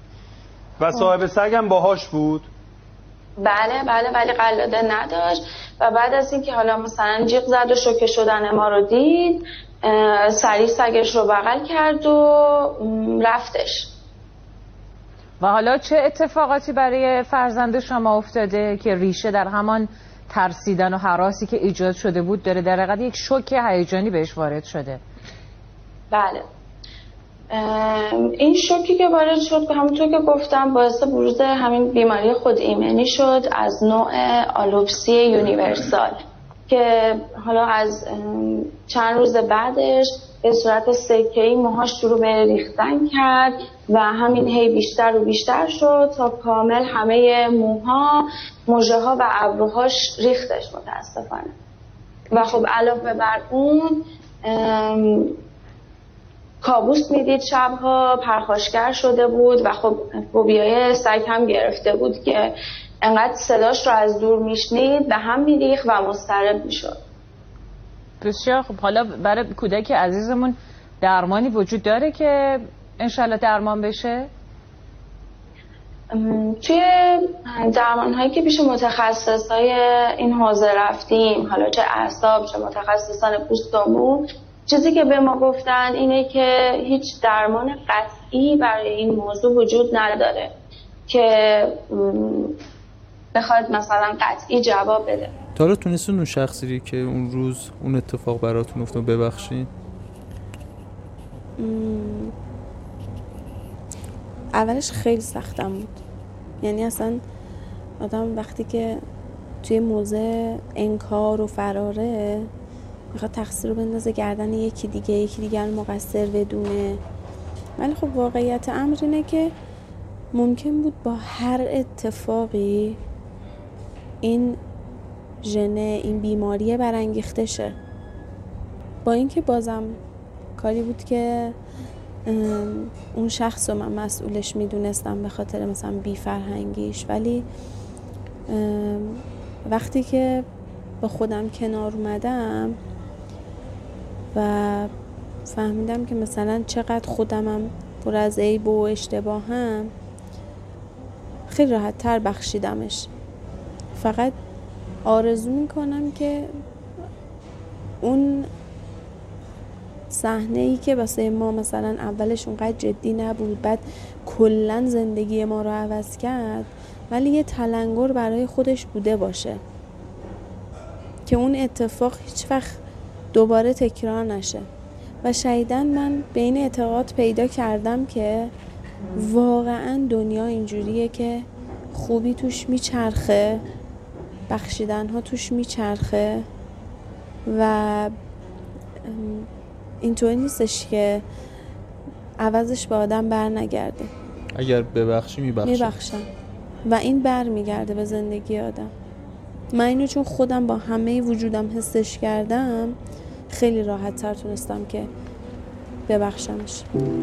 و صاحب سگ هم باهاش بود؟ بله بله، ولی قلاده نداشت و بعد از اینکه حالا مثلا جیغ زد و شوکه شدن ما رو دید، سریع سگش رو بغل کرد و رفتش. و حالا چه اتفاقاتی برای فرزند شما افتاده که ریشه در همان ترسیدن و هراسی که ایجاد شده بود داره؟ در حقیقت یک شوک هیجانی بهش وارد شده. بله، این شوکی که وارد شد همونطور که گفتم باعث بروز همین بیماری خود ایمنی شد از نوع آلوپسی یونیورسال که حالا از چند روز بعدش به صورت سکه‌ای موهاش شروع به ریختن کرد و همین هی بیشتر و بیشتر شد تا کامل همه موها، مژه‌ها و ابروهاش ریختش متاسفانه. و خب علاوه بر اون کابوس میدید شبها، پرخاشگر شده بود و خب فوبیای سگ هم گرفته بود که انقدر صداش رو از دور میشنید به هم میریخت و مضطرب میشد. بسیار خب. حالا برای کودک عزیزمون درمانی وجود داره که انشالله درمان بشه؟ توی درمان هایی که پیش متخصص های این حوزه رفتیم، حالا چه اعصاب چه متخصصان پوست و مو، چیزی که به ما گفتن اینه که هیچ درمان قطعی برای این موضوع وجود نداره که بخواد مثلا قطعی جواب بده. تا حالا تونستون اون شخصی که اون روز اون اتفاق براتون افتاد ببخشین؟ اولش خیلی سختم بود، یعنی اصلا آدم وقتی که توی موضع انکار و فراره میخواد تقصیر رو بندازه گردن یکی دیگه، یکی دیگه رو مقصر بدونه. ولی خب واقعیت امر اینه که ممکن بود با هر اتفاقی این ژنه، این بیماری برانگیخته شه. با اینکه بازم کاری بود که اون شخص رو من مسئولش میدونستم به خاطر مثلا بی فرهنگیش، ولی وقتی که با خودم کنار اومدم و فهمیدم که مثلا چقدر خودمم پر از عیب و اشتباهم، خیلی راحت تر بخشیدمش. فقط آرزو میکنم که اون صحنه‌ای که واسه ما مثلا اولش اونقدر جدی نبود، بعد کلاً زندگی ما رو عوض کرد، ولی یه تلنگر برای خودش بوده باشه که اون اتفاق هیچ وقت دوباره تکرار نشه. و شدیداً من به این اعتقاد پیدا کردم که واقعاً دنیا اینجوریه که خوبی توش میچرخه، بخشیدن ها توش میچرخه و اینطوری نیستش که عوضش به آدم بر نگرده. اگر ببخشی میبخشم میبخشم و این بر میگرده به زندگی آدم. من اینو چون خودم با همه وجودم حسش کردم خیلی راحت تر تونستم که ببخشمش.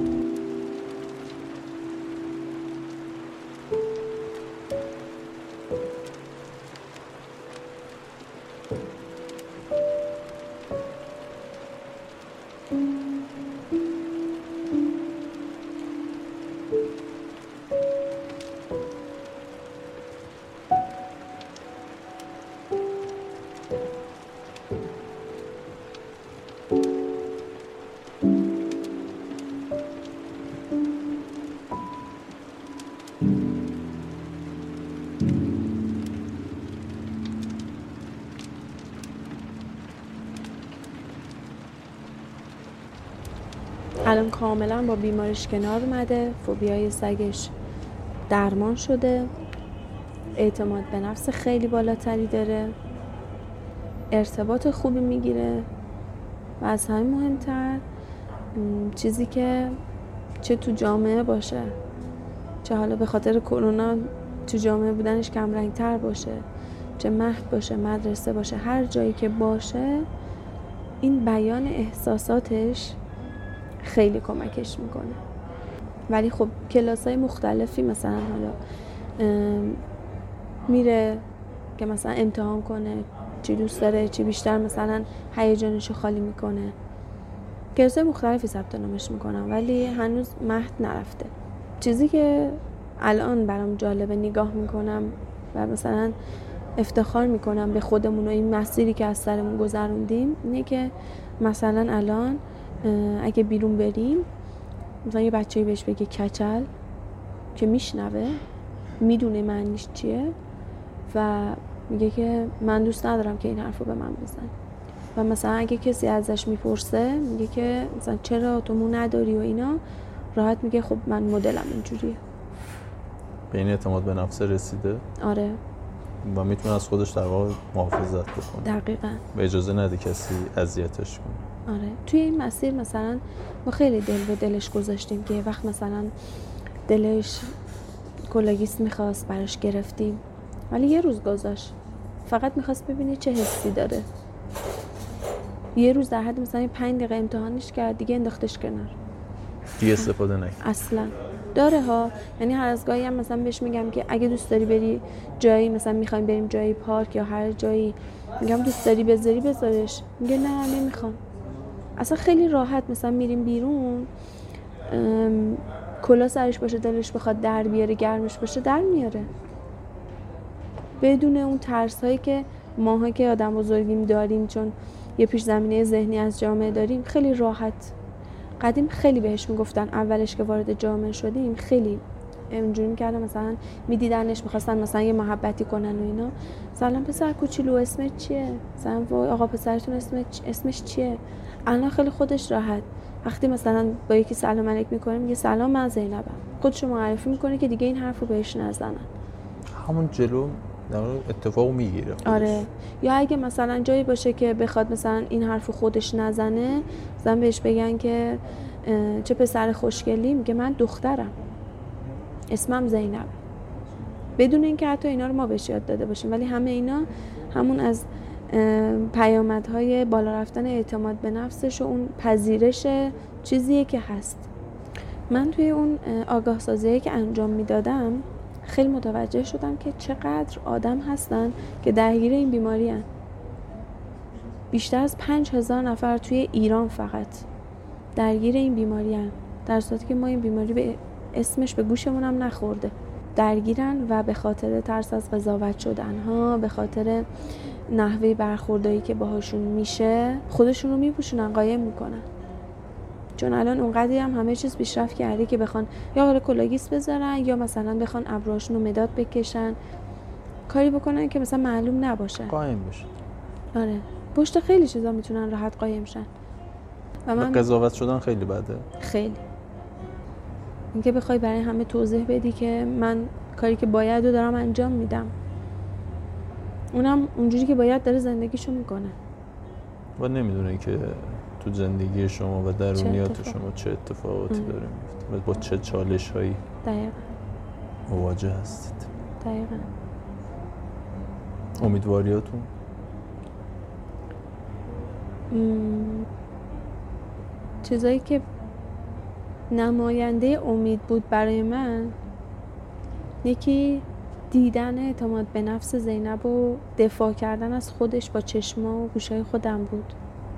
الان کاملا با بیماریش کنار اومده، فوبیای سگش درمان شده، اعتماد به نفس خیلی بالاتری داره، ارتباط خوبی میگیره و از همین مهمتر چیزی که چه تو جامعه باشه، چه حالا به خاطر کرونا تو جامعه بودنش کم رنگ تر باشه، چه مهد باشه، مدرسه باشه، هر جایی که باشه، این بیان احساساتش خیلی کمکش میکنه. ولی خب کلاسای مختلفی مثلا حالا میره که مثلا امتحان کنه چی دوست داره، چی بیشتر مثلا هیجانشو خالی میکنه، کلاسای مختلفی ثبت نامش میکنم، ولی هنوز مهد نرفته. چیزی که الان برام جالبه نگاه میکنم و مثلا افتخار میکنم به خودمون و این مسیری که از سرمون گذروندیم اینه که مثلا الان اگه بیرون بریم مثلا یه بچه‌ای بهش بگه کچل که میشنوه میدونه معنیش چیه و میگه که من دوست ندارم که این حرفو به من بزن. و مثلا اگه کسی ازش میپرسه میگه که مثلا چرا تو مو نداری و اینا، راحت میگه خب من مدلم اینجوریه. به این اعتماد به نفس رسیده. آره. و میتونه از خودش در واقع محافظت بکنه. دقیقاً. و اجازه نده کسی اذیتش کنه. آره. توی این مسیر مثلا ما خیلی دل به دلش گذاشتیم که وقت مثلا دلش کلاگیس میخواست براش گرفتیم، ولی یه روز گذاشت، فقط میخواست ببینه چه حسی داره. یه روز در حد مثلا پنج دقیقه امتحانش کرد، دیگه انداختش کنار، دیگه استفاده نکرد اصلا. داره ها، یعنی هر از گاهی هم مثلا بهش میگم که اگه دوست داری بری جایی، مثلا میخوایم بریم جایی پارک یا هر جایی، میگم دوست داری بذاری بذارش، میگه نه نمیخوام. اصلا خیلی راحت مثلا میریم بیرون، کلا سرش باشه دلش بخواد در بیاره، گرمش باشه در میاره، بدون اون ترس هایی که ماها که آدم بزرگیم داریم، چون یه پیش زمینه ذهنی از جامعه داریم. خیلی راحت. قدیم خیلی بهش میگفتن اولش که وارد جامعه شدیم، خیلی اینجوری میکردن، مثلا میدیدنش میخواستن مثلا یه محبتی کنن و اینا، مثلا پسر کوچولو اسمت چیه، مثلا آقا پسرتون اسمش اسمش چیه. الان خیلی خودش راحت، وقتی مثلا با یکی سلام علیک میکنه میگه سلام من زینبم، خودشو معرفی میکنه که دیگه این حرفو بهش نزنن. همون جلو اتفاق میگیره. آره. یا اگه مثلا جایی باشه که بخواد مثلا این حرفو خودش نزنه، مثلا بهش بگن که چه پسر خوشگلی، میگه من دخترم، اسمم زینب، بدون اینکه حتی اینا رو ما بهش یاد داده باشیم. ولی همه اینا همون از پیامدهای بالا رفتن اعتماد به نفسش و اون پذیرش چیزیه که هست. من توی اون آگاه سازیه که انجام میدادم خیلی متوجه شدم که چقدر آدم هستن که درگیر این بیماری هن. بیشتر از پنج هزار نفر توی ایران فقط درگیر این بیماری هن، در صورتی که ما این بیماری به اسمش به گوشمون هم نخورده. درگیرن و به خاطر ترس از قضاوت شدن ها، به خاطر نحوه برخوردایی که باهاشون میشه، خودشون رو میپوشونن، قایم میکنن. چون الان اونقدری هم همه چیز پیشرفت کرده که بخوان یا قرار کلاگیس بذارن یا مثلا بخوان ابروهاشون رو مداد بکشن، کاری بکنن که مثلا معلوم نباشه، قایم بشن. آره. پشت خیلی چیزا میتونن راحت قایم شن. و من قضاوت شدن خیلی بده. خیلی. اینکه بخوای برای همه توضیح بدی که من کاری که باید رو دارم انجام میدم، اونم اونجوری که باید داره زندگیشو میکنه و نمیدونه که تو زندگی شما و درونیات شما چه اتفاقاتی ام. داره میفته و با چه چالش هایی دقیقا مواجه هستید. دقیقا. امیدواریاتون؟ م... چیزایی که نماینده امید بود برای من، یکی دیدن اعتماد به نفس زینب و دفاع کردن از خودش با چشما و گوشای خودم بود.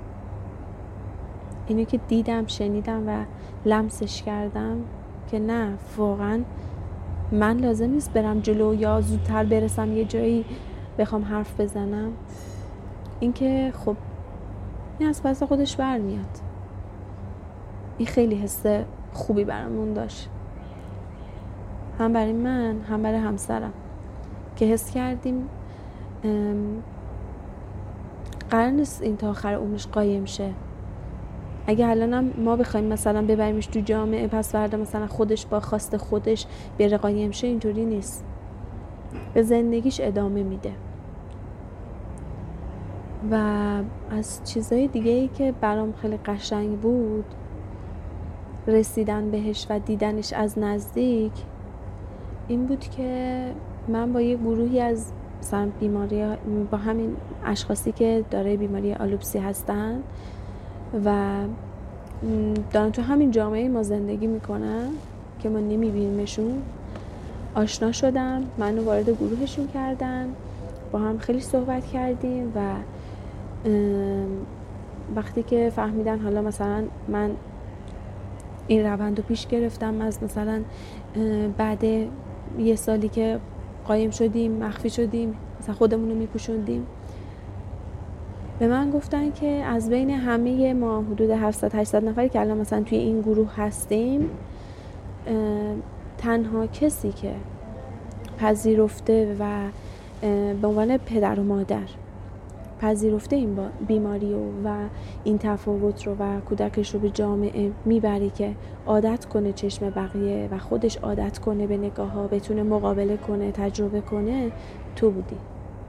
اینو که دیدم، شنیدم و لمسش کردم که نه، واقعا من لازم نیست برم جلو یا زودتر برسم یه جایی بخوام حرف بزنم. این که خب این از پس خودش برمیاد. این خیلی حس خوبی برامون داشت، هم برای من هم برای همسرم، که حس کردیم قرار نیست این تا آخر عمرش قایم شه. اگه الانم ما بخوایم مثلا ببریمش تو جامعه، پس فردا مثلا خودش با خواست خودش بره قایم شه، اینطوری نیست. به زندگیش ادامه میده. و از چیزای دیگه ای که برام خیلی قشنگ بود رسیدن بهش و دیدنش از نزدیک این بود که من با یه گروهی از مثلا بیماری، با همین اشخاصی که دارای بیماری آلوپسی هستن و دارن تو همین جامعه ما زندگی میکنن که ما نمیبینیمشون، آشنا شدم. منو وارد گروهشون کردن، با هم خیلی صحبت کردیم و وقتی که فهمیدن حالا مثلا من این روند رو پیش گرفتم، از مثلا بعد یه سالی که قایم شدیم، مخفی شدیم، مثلا خودمون رو میپوشوندیم. به من گفتن که از بین همه ما حدود هفتصد هشتصد نفری که الان مثلا توی این گروه هستیم، تنها کسی که پذیرفته و به عنوان پدر و مادر پذیرفته این بیماری و, و این تفاوت رو و کودکش رو به جامعه میبری که عادت کنه چشم بقیه و خودش عادت کنه به نگاه ها، بتونه مقابله کنه، تجربه کنه، تو بودی.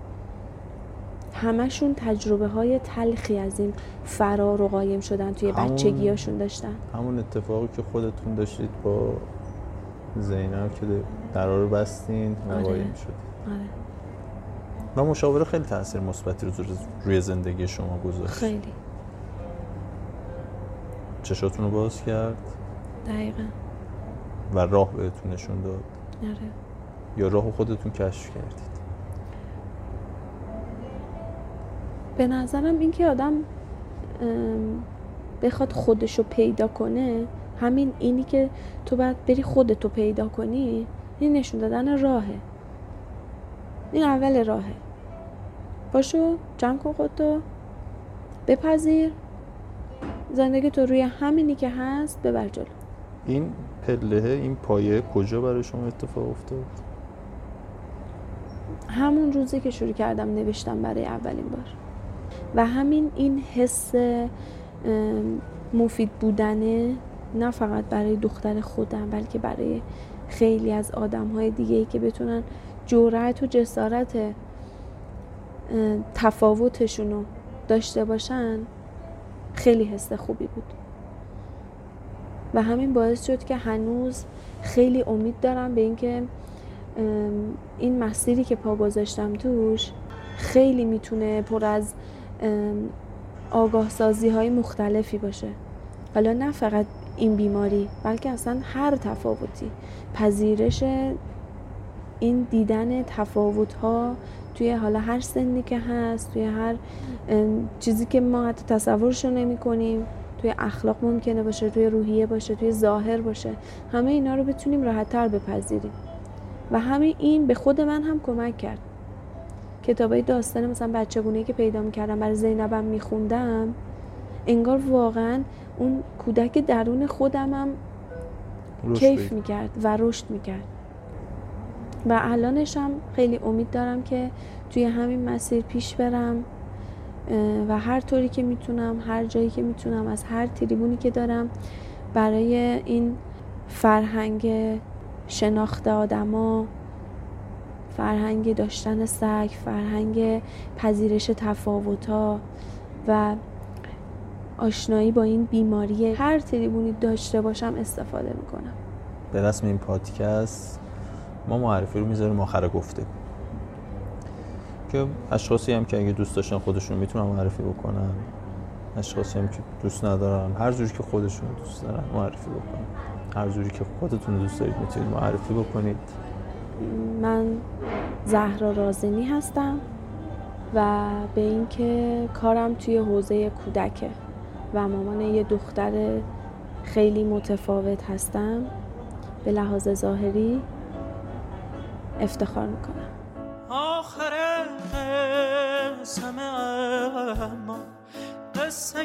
همشون تجربه های تلخی از این فرار و قایم شدن توی بچگیاشون داشتن. همون اتفاقی که خودتون داشتید با زینب که درا رو بستین و آره. قایم شدید. آره. و مشاوره خیلی تاثیر مثبتی رو روی زندگی شما گذاشت. خیلی. چشاتون رو باز کرد. دقیقاً. و راه بهتون نشون داد. آره. یا راهو خودتون کشف کردید؟ به نظرم این که آدم بخواد خودشو پیدا کنه، همین اینی که تو باید بری خودتو پیدا کنی، این نشون دادن راهه. این اول راهه. باشو جمع کن خودتو، بپذیر زندگی تو روی همینی که هست ببر جلو. این پله، این پایه کجا برای شما اتفاق افتاد؟ همون روزی که شروع کردم نوشتم برای اولین بار. و همین این حس مفید بودنه، نه فقط برای دختر خودم بلکه برای خیلی از آدم‌های دیگه‌ای که بتونن جرأت و جسارت تفاوتشون رو داشته باشن، خیلی حس خوبی بود. و همین باعث شد که هنوز خیلی امید دارم به اینکه این مسیری که پا گذاشتم توش خیلی میتونه پر از آگاه سازی های مختلفی باشه. حالا نه فقط این بیماری بلکه اصلا هر تفاوتی، پذیرش این دیدن تفاوت ها توی حالا هر سنی که هست، توی هر چیزی که ما حتی تصورشو نمی کنیم، توی اخلاق ممکنه باشه، توی روحیه باشه، توی ظاهر باشه، همه اینا رو بتونیم راحت تر بپذیریم. و همه این به خود من هم کمک کرد. کتابای داستان مثلا بچگونه‌ای که پیدا می‌کردم برای زینبم می‌خوندم، انگار واقعا اون کودک درون خودم هم کیف می‌کرد و رشد می‌کرد. و الانش هم خیلی امید دارم که توی همین مسیر پیش برم و هر طوری که میتونم، هر جایی که میتونم، از هر تریبونی که دارم برای این فرهنگ شناخت آدما، فرهنگ داشتن سگ، فرهنگ پذیرش تفاوت‌ها و آشنایی با این بیماری، هر تریبونی داشته باشم استفاده میکنم. به رسم این پادکست ما معرفی رو میذاریم آخر گفته که اشخاصی هم که اگه دوست داشتن خودشون میتونن معرفی بکنن، اشخاصی هم که دوست ندارن هر جوری که خودشون دوست دارن معرفی بکنن، هر جوری که خودتون دوست دارید میتونید معرفی بکنید. من زهرا رازنی هستم و به این که کارم توی حوزه کودکه و مامان یه دختر خیلی متفاوت هستم، به لحاظ ظاهری افتخار میکنم. آخر قسم اما قصه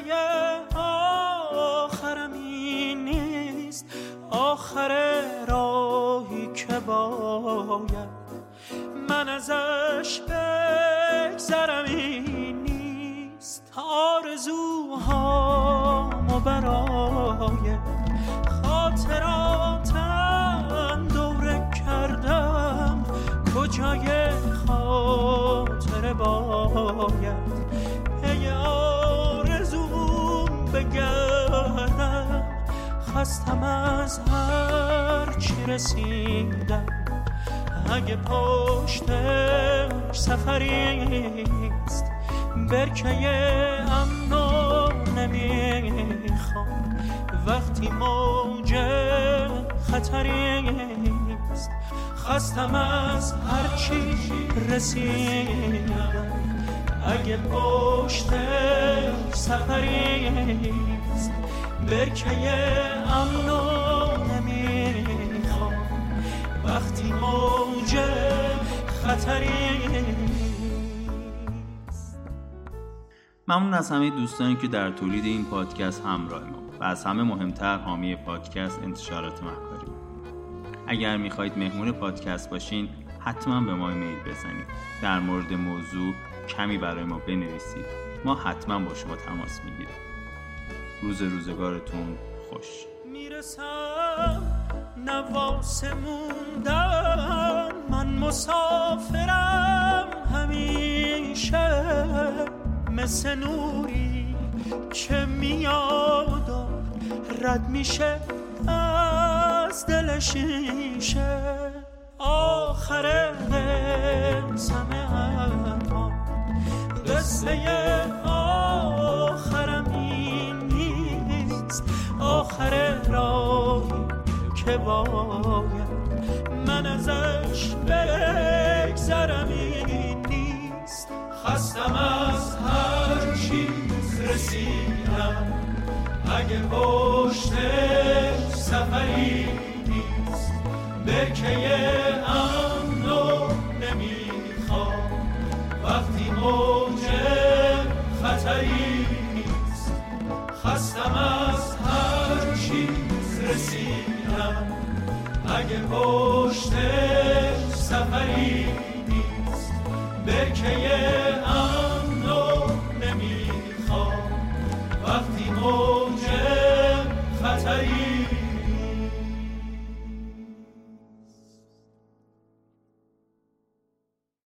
آخرم این نیست، آخر راهی که باید من ازش بگذرم این نیست، آرزوهامو برای خاطراتم دوره کردم، کجای خاطر باید پی آرزوم بگردم، خستم از هر چی رسیدم، اگه پشتش سفریست برکه امنو نمیخوام، وقتی موج خطریست خستم از هر چی رسیدم، اگه پشتش سفریست برکه امنو نمیخوام، وقتی موج خطری. ممنون از همه دوستانی که در تولید این پادکست همراه ما و از همه مهمتر حامی پادکست انتشارات مکاری. اگر میخواید مهمون پادکست باشین حتما به ما ایمیل بزنید، در مورد موضوع کمی برای ما بنویسید، ما حتما با شما تماس میگیریم. روز روزگارتون خوش. میرسم نواس موندن، من مسافرم همیشه، مثل نوری که میاد و رد میشه از دل شیشه. آخر قسم حرفا قصه آخرم این نیست، آخر راهی که باید من ازش بگذرم این نیست. خستم از هر چیز رسیدم، اگه پشتش سفری نیست، برکه امنو نمیخوام وقتی موج خطری نیست. خستم از هر چیز رسیدم، اگه پشتش سفری نیست، برکه